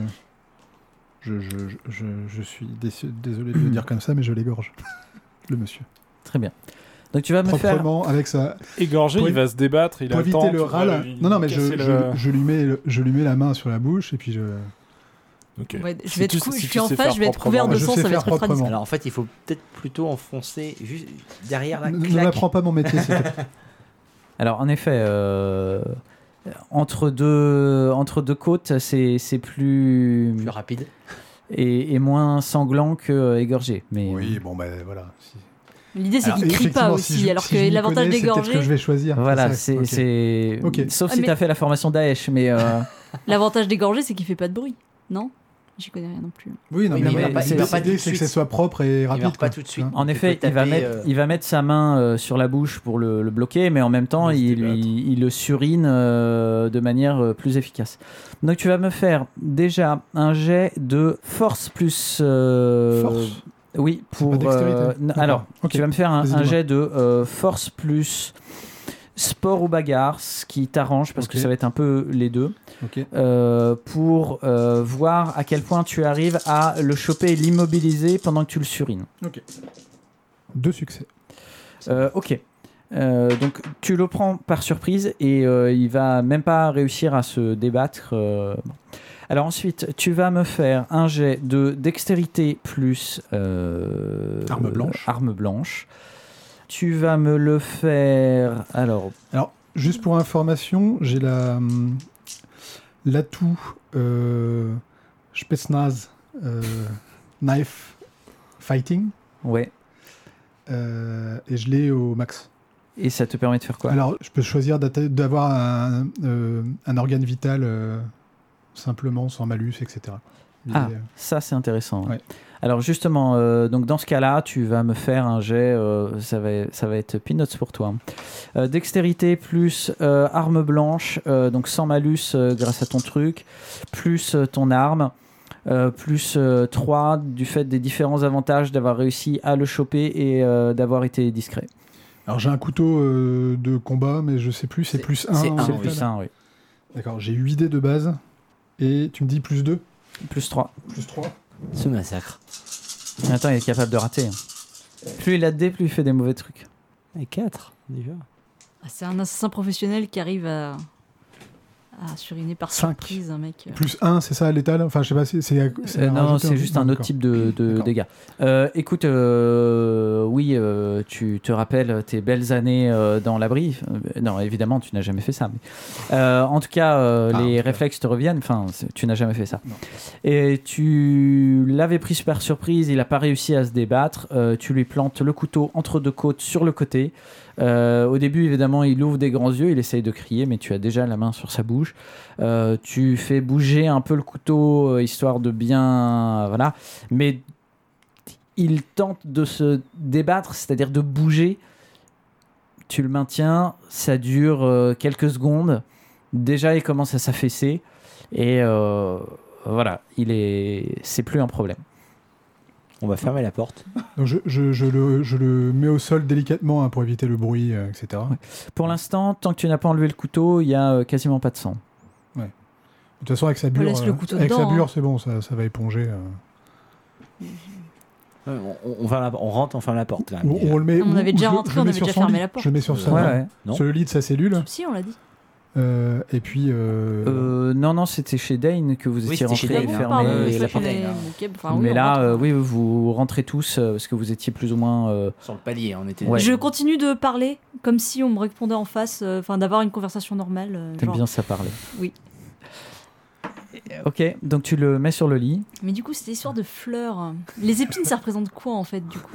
suis désolé de le dire comme ça, mais je l'égorge. Le monsieur. Très bien. Donc tu vas me faire... Proprement, avec sa... Égorgé, Pour il va se débattre, il Pour attend. éviter le tu vas râle. lui Non, mais casser le- je lui mets la main sur la bouche et puis je... Ok. Ouais, je Si vais tu- être si je tu suis en sais face, faire je vais être couvert de proprement. sang, Je sais ça va faire être très proprement. traditionnel. Alors en fait, il faut peut-être plutôt enfoncer juste derrière la Ne claque. m'apprends pas mon métier, s'il te plaît. Alors en effet, entre deux côtes, c'est plus rapide. et moins sanglant que égorgé. Mais Oui, bon, ben voilà. Si... L'idée, c'est Alors, qu'il crie pas effectivement, aussi, si je- alors si je que m'y l'avantage connais, c'est peut-être d'égorger. que je vais choisir. voilà, ça, ok. c'est Ok. sauf Ah, si mais- t'as fait la formation Daesh, mais L'avantage d'égorger, c'est qu'il fait pas de bruit, non? J'y connais rien non plus. Oui, non, Oui, mais, mais il voilà, va pas- il c'est- va pas l'idée, tout de c'est que suite. ça soit propre et rapide. meurt pas quoi. tout de suite. Hein. en effet, peut il va taper, mettre sa main sur la bouche pour le bloquer, mais en même temps, Il va se il débattre. le surine de manière plus efficace. Donc tu vas me faire déjà un jet de force plus... Force. Oui, pour... pas dextérité. D'accord. alors, Ok. tu vas me faire un Vas-y, jet de force plus sport ou bagarre, ce qui t'arrange, parce Ok. que ça va être un peu les deux, Ok. pour voir à quel point tu arrives à le choper et l'immobiliser pendant que tu le surines. 2 succès. Ok. Donc tu le prends par surprise et il va même pas réussir à se débattre. Bon. Alors ensuite, tu vas me faire un jet de dextérité plus arme blanche. Tu vas me le faire. Alors, Juste pour information, j'ai l'atout Spetsnaz Knife Fighting ouais. et je l'ai au max. Et ça te permet de faire quoi? Alors, je peux choisir d'avoir un organe vital simplement, sans malus, etc. Ah, ça c'est intéressant. Ouais. Alors justement, donc dans ce cas-là, tu vas me faire un jet, ça va être peanuts pour toi. Dextérité plus arme blanche, donc sans malus grâce à ton truc, plus ton arme, plus 3 du fait des différents avantages d'avoir réussi à le choper et d'avoir été discret. Alors, j'ai un couteau de combat, mais je sais plus, c'est plus 1. c'est un, C'est oui. plus 1, oui. D'accord, j'ai 8 dés de base et tu me dis plus 2 Plus 3. Plus 3. Ce massacre. Attends, il est capable de rater. hein. Plus il a de dés, plus il fait des mauvais trucs. Et 4 déjà. Ah, c'est un assassin professionnel qui arrive à suriner par 5. surprise un mec. Plus 1, c'est ça, létal? Enfin, je sais pas, c'est à Non, rajouter c'est juste un autre d'accord. type de D'accord. dégâts. Écoute, oui, tu te rappelles tes belles années dans l'abri. Non, évidemment, tu n'as jamais fait ça. Mais, en tout cas, les réflexes te reviennent. Enfin, tu n'as jamais fait ça. Non. Et tu l'avais pris par surprise. Il n'a pas réussi à se débattre. Tu lui plantes le couteau entre deux côtes sur le côté. Au début, évidemment, il ouvre des grands yeux, il essaye de crier, mais tu as déjà la main sur sa bouche. Tu fais bouger un peu le couteau, histoire de bien... voilà. Mais il tente de se débattre, c'est-à-dire de bouger. Tu le maintiens, ça dure quelques secondes. Déjà, il commence à s'affaisser. Et voilà, c'est plus un problème. On va fermer la porte. Donc je le mets au sol délicatement pour éviter le bruit, etc. Ouais. Pour l'instant, tant que tu n'as pas enlevé le couteau, il n'y a quasiment pas de sang. De toute façon, avec sa bure, laisse le couteau dedans, hein. c'est bon, ça va éponger. On rentre, on ferme la porte. Quand même, On le met, On avait ou déjà je- rentré, je le on mets avait sur déjà son fermé lit. la porte. Je le mets sur sa, Ouais. Non. sur le lit de sa cellule. Si, on l'a dit. Et puis. Non, c'était chez Dane que vous Oui, étiez c'était chez rentré Dane, fermé. Pardon, et je la fais porte les- est là. ok, enfin, oui, mais on là, rentre. oui, vous rentrez tous parce que vous étiez plus ou moins. Sur le palier, on était. Ouais. Je continue de parler comme si on me répondait en face, enfin d'avoir une conversation normale. T'aimes genre. bien ça parler. Oui. Ok, donc tu le mets sur le lit. Mais du coup, c'était histoire de fleurs. Les épines, ça représente quoi en fait, du coup?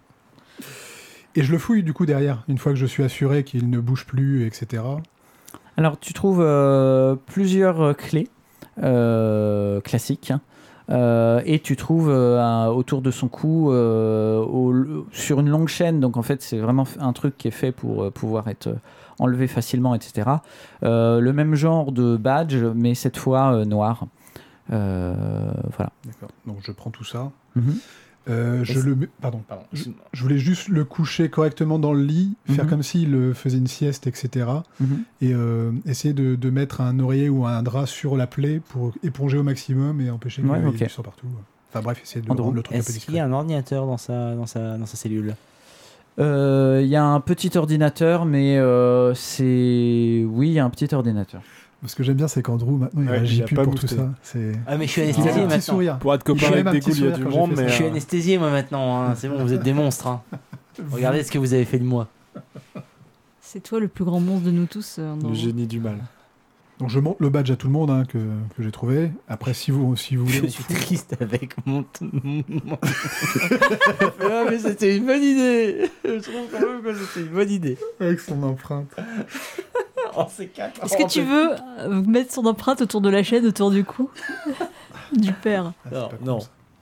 Et je le fouille du coup derrière, une fois que je suis assuré qu'il ne bouge plus, etc. Alors, tu trouves plusieurs clés classiques. Et tu trouves autour de son cou sur une longue chaîne, donc en fait c'est vraiment un truc qui est fait pour pouvoir être enlevé facilement, etc. Le même genre de badge, mais cette fois noir. Voilà. D'accord. Donc je prends tout ça. Pardon. Je voulais juste le coucher correctement dans le lit, faire comme s'il faisait une sieste, etc. Et essayer de mettre un oreiller ou un drap sur la plaie pour éponger au maximum et empêcher qu'il y ait du sang partout. Enfin bref, essayer de rendre le truc un peu discret. Est-ce qu'il y a un ordinateur dans sa cellule ? Il y a un petit ordinateur, mais oui, il y a un petit ordinateur. Ce que j'aime bien, c'est qu'Andrew, maintenant, il réagit plus pour tout ça. Ah, mais je suis anesthésié maintenant. Pour être copain avec des couilles, il y a du monde, mais... Je suis anesthésié, moi, maintenant. Hein. C'est bon, vous êtes des monstres. Hein. Regardez ce que vous avez fait de moi. C'est toi le plus grand monstre de nous tous. Le génie du mal. Donc je montre le badge à tout le monde hein, que j'ai trouvé. Après, si vous voulez... Je suis triste avec mon... Ah, mais c'était une bonne idée. Je trouve quand même que c'était une bonne idée. Avec son empreinte. Est-ce que tu veux mettre son empreinte autour de la chaîne, autour du cou du père? Non.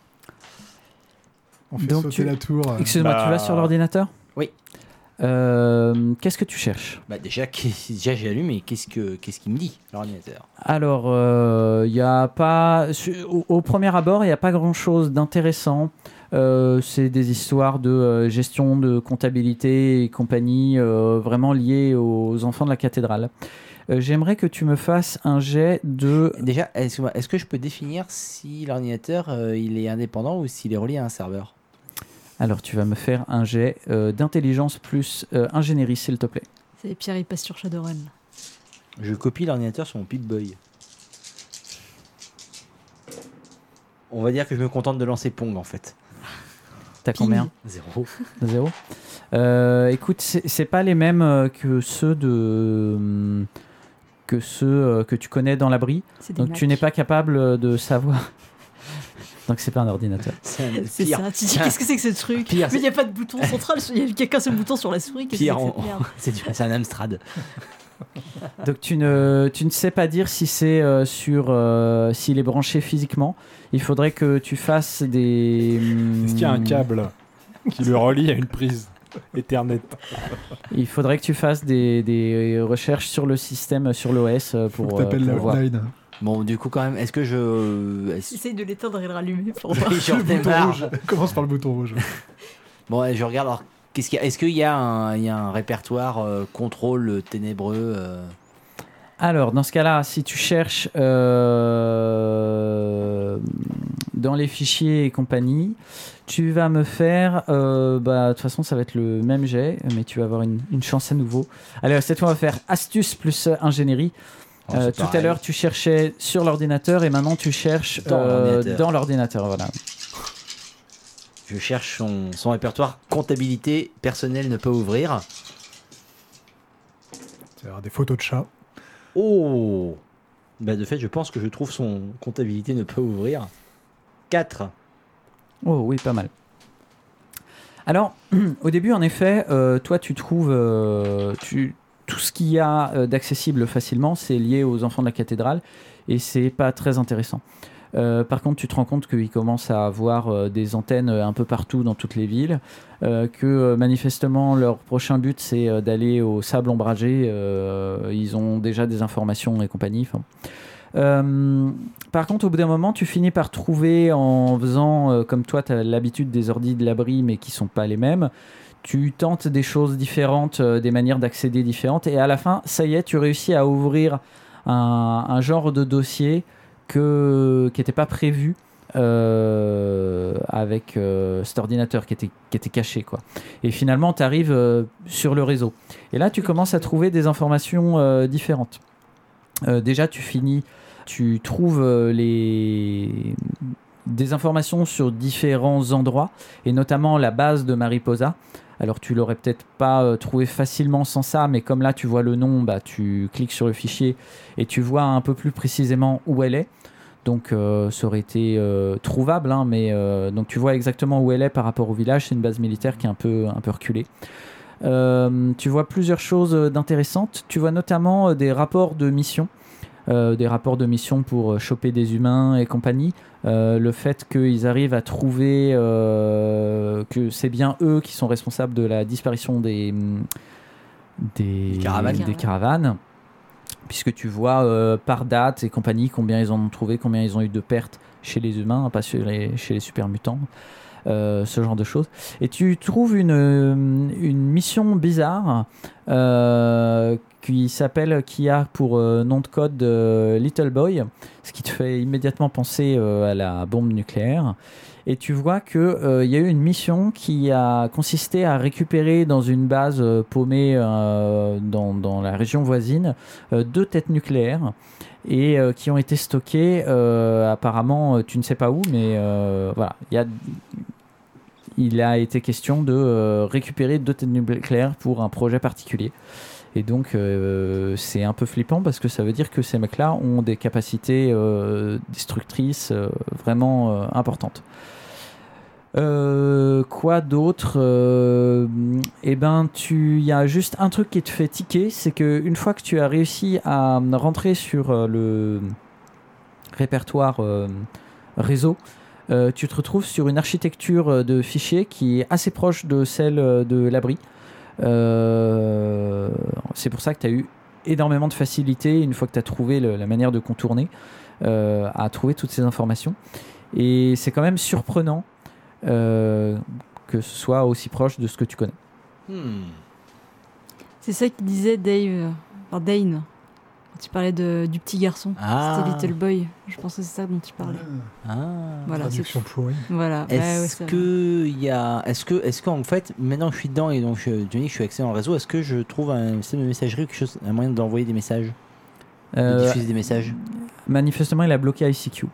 On fait sauter la tour. Excuse-moi, tu vas sur l'ordinateur? Oui. Qu'est-ce que tu cherches? Déjà j'ai allumé. Qu'est-ce qu'il me dit, l'ordinateur? Alors, y a pas... au premier abord, il n'y a pas grand-chose d'intéressant. C'est des histoires de gestion, de comptabilité et compagnie, vraiment liées aux enfants de la cathédrale. J'aimerais que tu me fasses un jet de... Déjà, est-ce que je peux définir si l'ordinateur il est indépendant ou s'il est relié à un serveur? Alors, tu vas me faire un jet d'intelligence plus ingénierie, s'il te plaît. C'est Pierre, il passe sur Shadowrun. Je copie l'ordinateur sur mon Pip-Boy. On va dire que je me contente de lancer Pong, en fait. T'as combien? 0. Écoute, c'est pas les mêmes que ceux que tu connais dans l'abri. Donc tu n'es pas capable de savoir. Donc c'est pas un ordinateur. C'est ça. Tu dis qu'est-ce que c'est que ce truc? Mais il n'y a pas de bouton central. Il n'y a qu'un seul bouton sur la souris. Pire, c'est un Amstrad. Donc tu ne sais pas dire si c'est s'il est branché physiquement. Il faudrait que tu fasses des... Est-ce qu'il y a un câble qui le relie à une prise Ethernet? Il faudrait que tu fasses des recherches sur le système, sur l'OS pour t'appelles la voir. hotline. Bon, du coup, quand même, est-ce que je... Essaye de l'éteindre et de le rallumer pour voir. Je redémarre. Commence par le bouton rouge. Bon, je regarde. Alors, est-ce qu'il y a un répertoire contrôle ténébreux Alors, dans ce cas-là, si tu cherches dans les fichiers et compagnie, tu vas me faire... de toute façon, ça va être le même jet, mais tu vas avoir une chance à nouveau. Alors, cette fois, on va faire astuce plus ingénierie. Tout à l'heure, tu cherchais sur l'ordinateur et maintenant, tu cherches dans l'ordinateur. Voilà. Je cherche son répertoire comptabilité personnel ne peut ouvrir. C'est des photos de chats. Oh, de fait, je pense que je trouve son comptabilité ne peut ouvrir. 4. Oh oui, pas mal. Alors, au début, en effet, toi, tu trouves... tout ce qu'il y a d'accessible facilement, c'est lié aux enfants de la cathédrale et c'est pas très intéressant. Par contre, tu te rends compte qu'ils commencent à avoir des antennes un peu partout dans toutes les villes, que manifestement leur prochain but c'est d'aller au sable ombragé. Ils ont déjà des informations et compagnie. Par contre, au bout d'un moment, tu finis par trouver, en faisant comme toi, tu as l'habitude des ordis de l'abri, mais qui sont pas les mêmes. Tu tentes des choses différentes, des manières d'accéder différentes, et à la fin, ça y est, tu réussis à ouvrir un genre de dossier qui n'était pas prévu avec cet ordinateur qui était caché, quoi. Et finalement, tu arrives sur le réseau. Et là, tu commences à trouver des informations différentes. Déjà, tu trouves des informations sur différents endroits, et notamment la base de Mariposa. Alors tu l'aurais peut-être pas trouvé facilement sans ça, mais comme là tu vois le nom, tu cliques sur le fichier et tu vois un peu plus précisément où elle est. Donc ça aurait été trouvable, hein, mais donc tu vois exactement où elle est par rapport au village. C'est une base militaire qui est un peu reculée. tu vois plusieurs choses d'intéressantes. Tu vois notamment des rapports de mission. Des rapports de mission pour choper des humains et compagnie. Le fait qu'ils arrivent à trouver que c'est bien eux qui sont responsables de la disparition des caravanes. Puisque tu vois par date et compagnie combien ils en ont trouvé, combien ils ont eu de pertes chez les humains, pas chez les super mutants. Ce genre de choses. Et tu trouves une mission bizarre qui a pour nom de code Little Boy, ce qui te fait immédiatement penser à la bombe nucléaire. Et tu vois qu'il y a eu une mission qui a consisté à récupérer dans une base paumée dans la région voisine 2 têtes nucléaires et qui ont été stockées apparemment, tu ne sais pas où, mais voilà, il a été question de récupérer 2 têtes nucléaires pour un projet particulier. Et donc, c'est un peu flippant parce que ça veut dire que ces mecs-là ont des capacités destructrices vraiment importantes. Quoi d'autre? Il y a juste un truc qui te fait tiquer, c'est qu'une fois que tu as réussi à rentrer sur le répertoire réseau, tu te retrouves sur une architecture de fichiers qui est assez proche de celle de l'abri. C'est pour ça que tu as eu énormément de facilité une fois que tu as trouvé la manière de contourner à trouver toutes ces informations. Et c'est quand même surprenant que ce soit aussi proche de ce que tu connais. C'est ça qu'il disait Dane quand tu parlais du petit garçon. C'était Little Boy. Je pense que c'est ça dont tu parlais. Voilà, traduction pourrie. Voilà. Est-ce que en fait, maintenant que je suis dedans et donc je suis axé dans le réseau, est-ce que je trouve un système de messagerie ou quelque chose, un moyen d'envoyer des messages, de diffuser des messages? Manifestement, il a bloqué ICQ.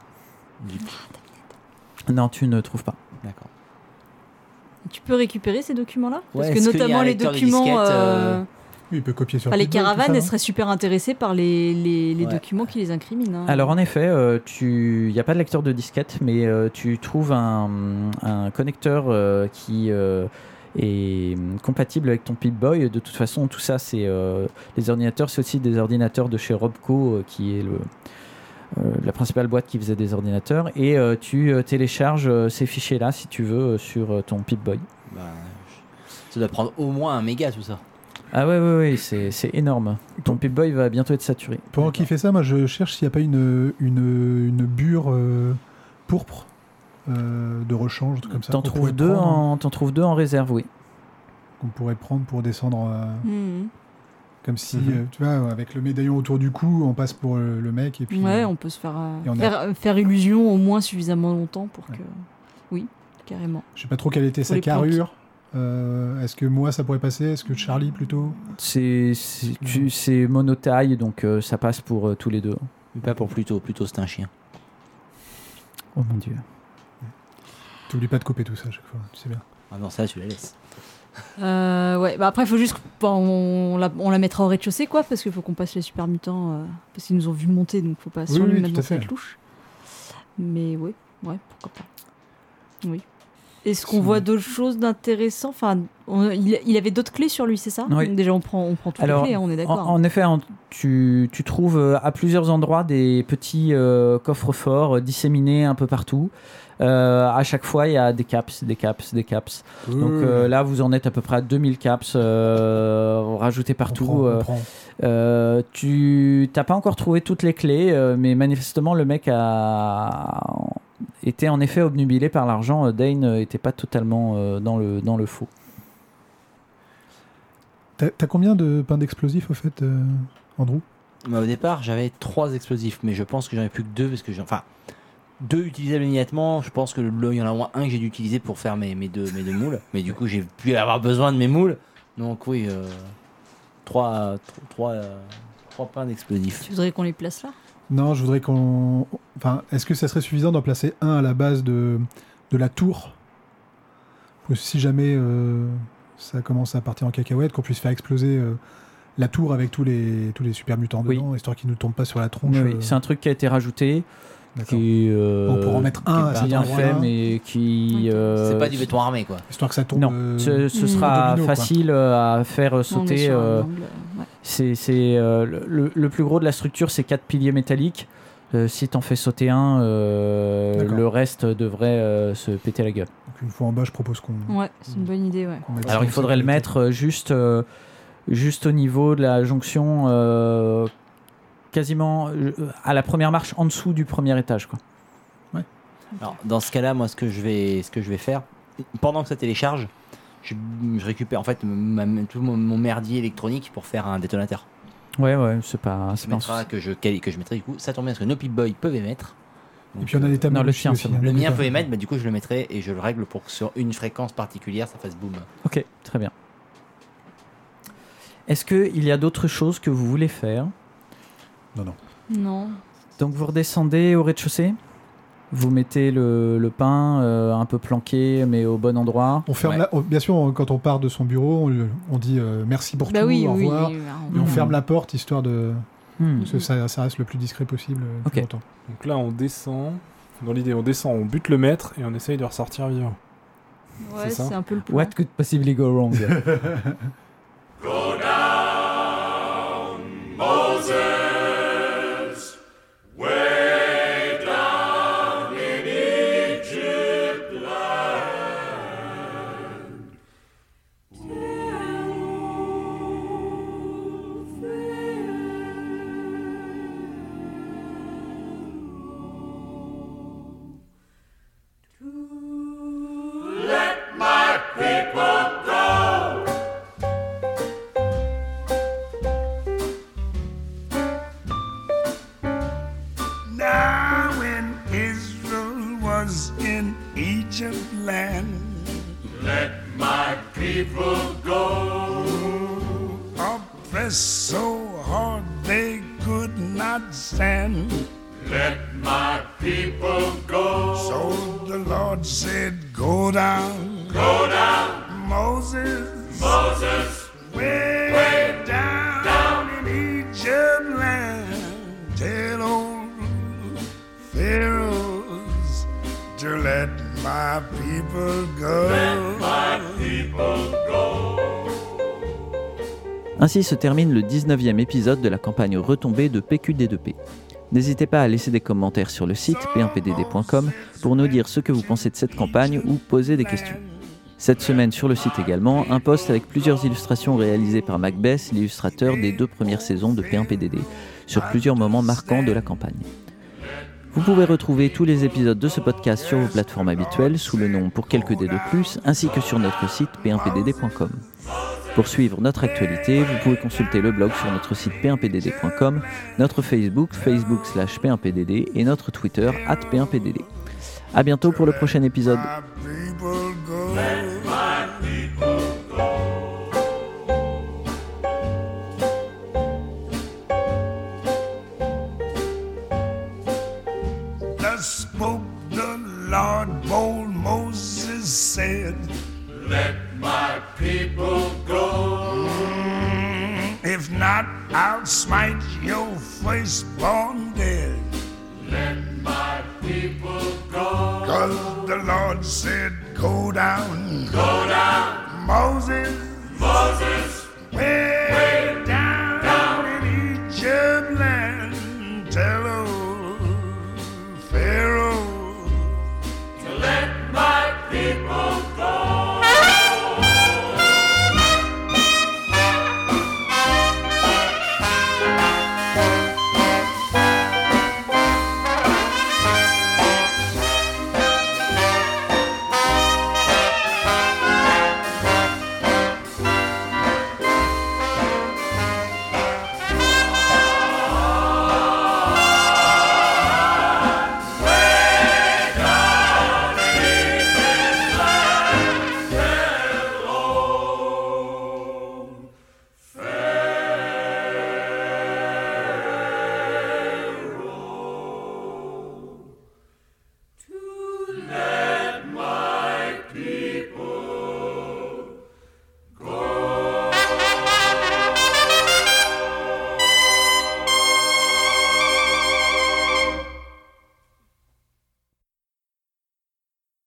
Non, tu ne trouves pas. D'accord. Tu peux récupérer ces documents-là? Parce que notamment les documents... Oui, il peut copier sur les caravanes, elles seraient super intéressées par les documents qui les incriminent. Alors en effet, il n'y a pas de lecteur de disquette, mais tu trouves un connecteur qui est compatible avec ton Pip-Boy. De toute façon, tout ça, c'est les ordinateurs, c'est aussi des ordinateurs de chez Robco, qui est la principale boîte qui faisait des ordinateurs. Et tu télécharges ces fichiers-là, si tu veux, sur ton Pip-Boy. Ça doit prendre au moins 1 méga, tout ça. Ah ouais, c'est énorme. Ton Pip-Boy va bientôt être saturé. Pendant qu'il fait ça, moi je cherche s'il n'y a pas une bure pourpre de rechange, un truc comme ça. T'en trouves deux en réserve, oui. Qu'on pourrait prendre pour descendre comme si, tu vois, avec le médaillon autour du cou, on passe pour le mec. Et puis, on peut se faire illusion au moins suffisamment longtemps pour que... Oui, carrément. Je sais pas trop quelle était sa carrure. Est-ce que moi ça pourrait passer? Est-ce que Charlie plutôt? C'est monotaille, donc ça passe pour tous les deux. Mais pas pour plutôt c'est un chien. Oh mon dieu. T'oublies pas de couper tout ça à chaque fois, tu sais bien. Ah non, ça tu la laisses. Après il faut juste on la mettra au rez-de-chaussée quoi, parce qu'il faut qu'on passe les super mutants parce qu'ils nous ont vu monter, donc faut pas sur lui mettre dans cette louche. Mais pourquoi pas. Oui. Est-ce qu'on voit d'autres choses d'intéressant? Enfin, il avait d'autres clés sur lui, c'est ça? Oui. Donc déjà, on prend toutes les clés, on est d'accord. En effet, tu trouves à plusieurs endroits des petits coffres-forts disséminés un peu partout. À chaque fois, il y a des caps. Donc là, vous en êtes à peu près à 2000 caps rajoutés partout. Tu n'as pas encore trouvé toutes les clés, mais manifestement, le mec était en effet obnubilé par l'argent. Dane n'était pas totalement dans le faux. T'as combien de pains d'explosifs au fait, Andrew? Au départ, j'avais 3 explosifs, mais je pense que j'en ai plus que 2 parce que 2 utilisables immédiatement. Je pense que il y en a au moins un que j'ai dû utiliser pour faire mes deux moules. Mais du coup, j'ai pu avoir besoin de mes moules. Donc oui, 3 pains d'explosifs. Tu voudrais qu'on les place là? Non, je voudrais qu'on... Enfin, est-ce que ça serait suffisant d'en placer un à la base de la tour? Pour que si jamais ça commence à partir en cacahuète, qu'on puisse faire exploser la tour avec tous les super mutants dedans, histoire qu'ils ne nous tombent pas sur la tronche. Oui, c'est un truc qui a été rajouté. qui On pourra en mettre un, qui est bien fait, mais qui c'est pas du béton armé, quoi. Histoire que ça tombe. Non, ce sera domino, facile à faire sauter. C'est le plus gros de la structure, c'est 4 piliers métalliques. Si t'en fais sauter un, le reste devrait se péter la gueule. Donc une fois en bas, je propose qu'on. Ouais, c'est une bonne idée. Ouais. Alors il faudrait le mettre juste au niveau de la jonction, quasiment à la première marche en dessous du premier étage, quoi. Ouais. Alors, dans ce cas-là, moi, ce que je vais faire, pendant que ça télécharge, je récupère en fait tout mon merdier électronique pour faire un détonateur. Ouais, c'est pas que je mettrai du coup. Ça tombe bien parce que nos Pip-Boy peuvent émettre. Donc, et puis on a des tables. Non, le sien, c'est bon. Le mien peut émettre, du coup je le mettrai et je le règle pour que sur une fréquence particulière ça fasse boom. Ok, très bien. Est-ce qu'il y a d'autres choses que vous voulez faire ? Non. Donc vous redescendez au rez-de-chaussée ? Vous mettez le pain un peu planqué, mais au bon endroit. On ferme bien sûr, quand on part de son bureau, on dit merci pour tout, au revoir. Et on ferme la porte, histoire de que ça reste le plus discret possible plus longtemps. Donc là, on descend. Dans l'idée, on bute le maître et on essaye de ressortir vivant. Ouais, c'est un peu le plan. What could possibly go wrong? Go down, Moses. Ainsi se termine le 19e épisode de la campagne retombée de PQD2P. N'hésitez pas à laisser des commentaires sur le site p1pdd.com pour nous dire ce que vous pensez de cette campagne ou poser des questions. Cette semaine sur le site également, un post avec plusieurs illustrations réalisées par Macbeth, l'illustrateur des 2 premières saisons de P1PDD, sur plusieurs moments marquants de la campagne. Vous pouvez retrouver tous les épisodes de ce podcast sur vos plateformes habituelles sous le nom Pour quelques dés de plus, ainsi que sur notre site p1pdd.com. Pour suivre notre actualité, vous pouvez consulter le blog sur notre site p1pdd.com, notre Facebook, facebook/p1pdd et notre Twitter @p1pdd. À bientôt pour le prochain épisode. Thus spoke the Lord, bold Moses said, let my people go. If not, I'll smite your firstborn dead. Let my people go. 'Cause the Lord said, go down, Moses, way down in Egypt land. Tell old Pharaoh to let my people go.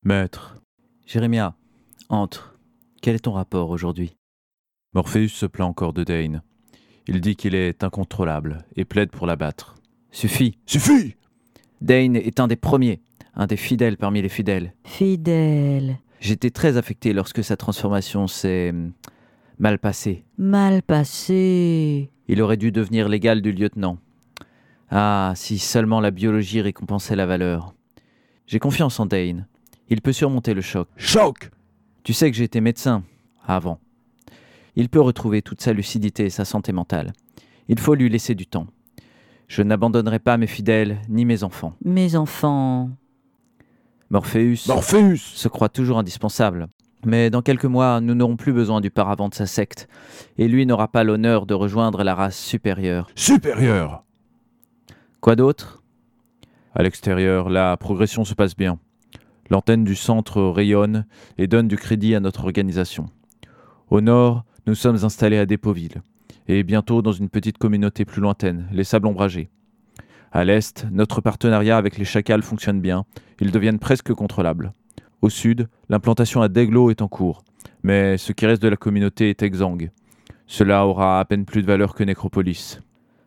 Maître. Jérémia, entre. Quel est ton rapport aujourd'hui ? Morpheus se plaint encore de Dane. Il dit qu'il est incontrôlable et plaide pour l'abattre. Suffit. Suffit ! Dane est un des premiers, un des fidèles parmi les fidèles. Fidèle. J'étais très affecté lorsque sa transformation s'est mal passée. Mal passé. Il aurait dû devenir l'égal du lieutenant. Ah, si seulement la biologie récompensait la valeur. J'ai confiance en Dane. Il peut surmonter le choc. Choc ! Tu sais que j'ai été médecin avant. Il peut retrouver toute sa lucidité et sa santé mentale. Il faut lui laisser du temps. Je n'abandonnerai pas mes fidèles ni mes enfants. Mes enfants. Morpheus se croit toujours indispensable. Mais dans quelques mois, nous n'aurons plus besoin du paravent de sa secte. Et lui n'aura pas l'honneur de rejoindre la race supérieure. Supérieure ! Quoi d'autre ? À l'extérieur, la progression se passe bien. L'antenne du centre rayonne et donne du crédit à notre organisation. Au nord, nous sommes installés à Dépoville, et bientôt dans une petite communauté plus lointaine, les Sables Ombragés. À l'est, notre partenariat avec les Chacals fonctionne bien, ils deviennent presque contrôlables. Au sud, l'implantation à Deglo est en cours, mais ce qui reste de la communauté est exsangue. Cela aura à peine plus de valeur que Nécropolis.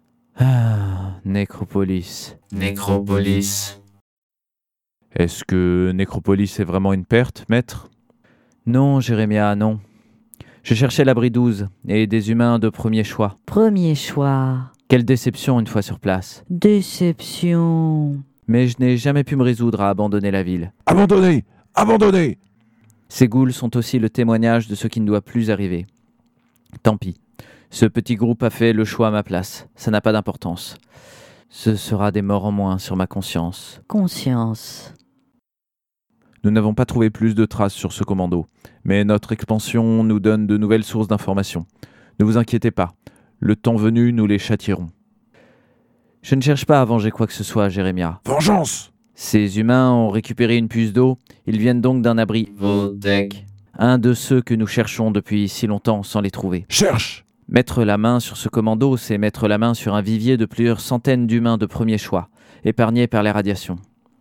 Ah, Nécropolis. Nécropolis. Est-ce que Nécropolis est vraiment une perte, maître ? Non, Jérémia, non. Je cherchais l'abri 12 et des humains de premier choix. Premier choix. Quelle déception une fois sur place. Déception. Mais je n'ai jamais pu me résoudre à abandonner la ville. Abandonnez ! Abandonnez ! Ces ghouls sont aussi le témoignage de ce qui ne doit plus arriver. Tant pis. Ce petit groupe a fait le choix à ma place. Ça n'a pas d'importance. Ce sera des morts en moins sur ma conscience. Conscience. Nous n'avons pas trouvé plus de traces sur ce commando, mais notre expansion nous donne de nouvelles sources d'informations. Ne vous inquiétez pas, le temps venu, nous les châtierons. Je ne cherche pas à venger quoi que ce soit, Jérémia. Vengeance ! Ces humains ont récupéré une puce d'eau, ils viennent donc d'un abri. Vodek. Un de ceux que nous cherchons depuis si longtemps sans les trouver. Cherche ! Mettre la main sur ce commando, c'est mettre la main sur un vivier de plusieurs centaines d'humains de premier choix, épargnés par les radiations.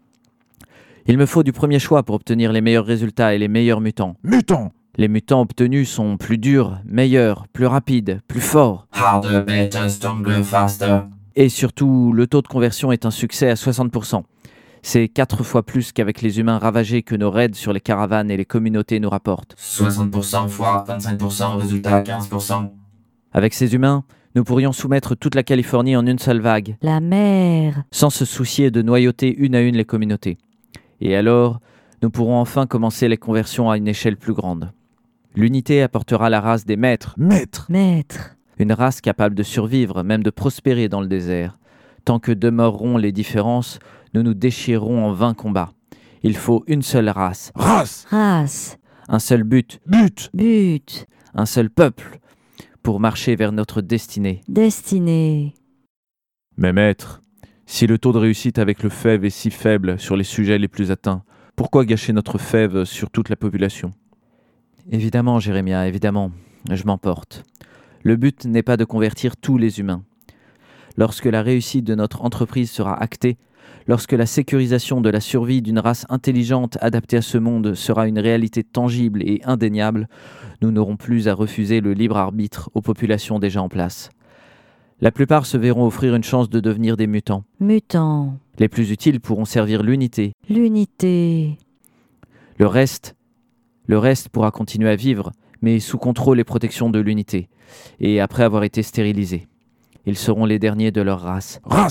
Il me faut du premier choix pour obtenir les meilleurs résultats et les meilleurs mutants. Mutants ! Les mutants obtenus sont plus durs, meilleurs, plus rapides, plus forts. Harder, better, stronger, faster. Et surtout, le taux de conversion est un succès à 60%. C'est 4 fois plus qu'avec les humains ravagés que nos raids sur les caravanes et les communautés nous rapportent. 60% fois 25%, résultat 15%. Avec ces humains, nous pourrions soumettre toute la Californie en une seule vague, La mer. sans se soucier de noyauter une à une les communautés. Et alors, nous pourrons enfin commencer les conversions à une échelle plus grande. L'unité apportera la race des maîtres, Maître ! Maître. une race capable de survivre, même de prospérer dans le désert. Tant que demeureront les différences, nous nous déchirerons en vains combats. Il faut une seule race, Race ! Race. un seul but, But ! But. un seul peuple, pour marcher vers notre destinée. Destinée. Mais maître, si le taux de réussite avec le fève est si faible sur les sujets les plus atteints, pourquoi gâcher notre fève sur toute la population ? Évidemment, Jérémia, évidemment, je m'emporte. Le but n'est pas de convertir tous les humains. Lorsque la réussite de notre entreprise sera actée, lorsque la sécurisation de la survie d'une race intelligente adaptée à ce monde sera une réalité tangible et indéniable, nous n'aurons plus à refuser le libre arbitre aux populations déjà en place. La plupart se verront offrir une chance de devenir des mutants. Mutant. Les plus utiles pourront servir l'unité. L'unité. Le reste pourra continuer à vivre, mais sous contrôle et protection de l'unité, et après avoir été stérilisés. Ils seront les derniers de leur race. Race !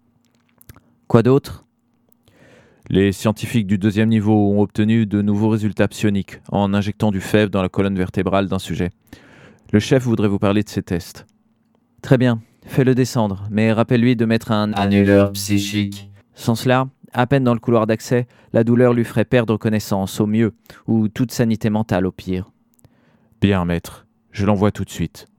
Quoi d'autre ? Les scientifiques du 2e niveau ont obtenu de nouveaux résultats psioniques en injectant du fève dans la colonne vertébrale d'un sujet. Le chef voudrait vous parler de ces tests. Très bien, fais-le descendre, mais rappelle-lui de mettre un Annuleur psychique. Sans cela, à peine dans le couloir d'accès, la douleur lui ferait perdre connaissance au mieux, ou toute sanité mentale au pire. Bien, maître, je l'envoie tout de suite.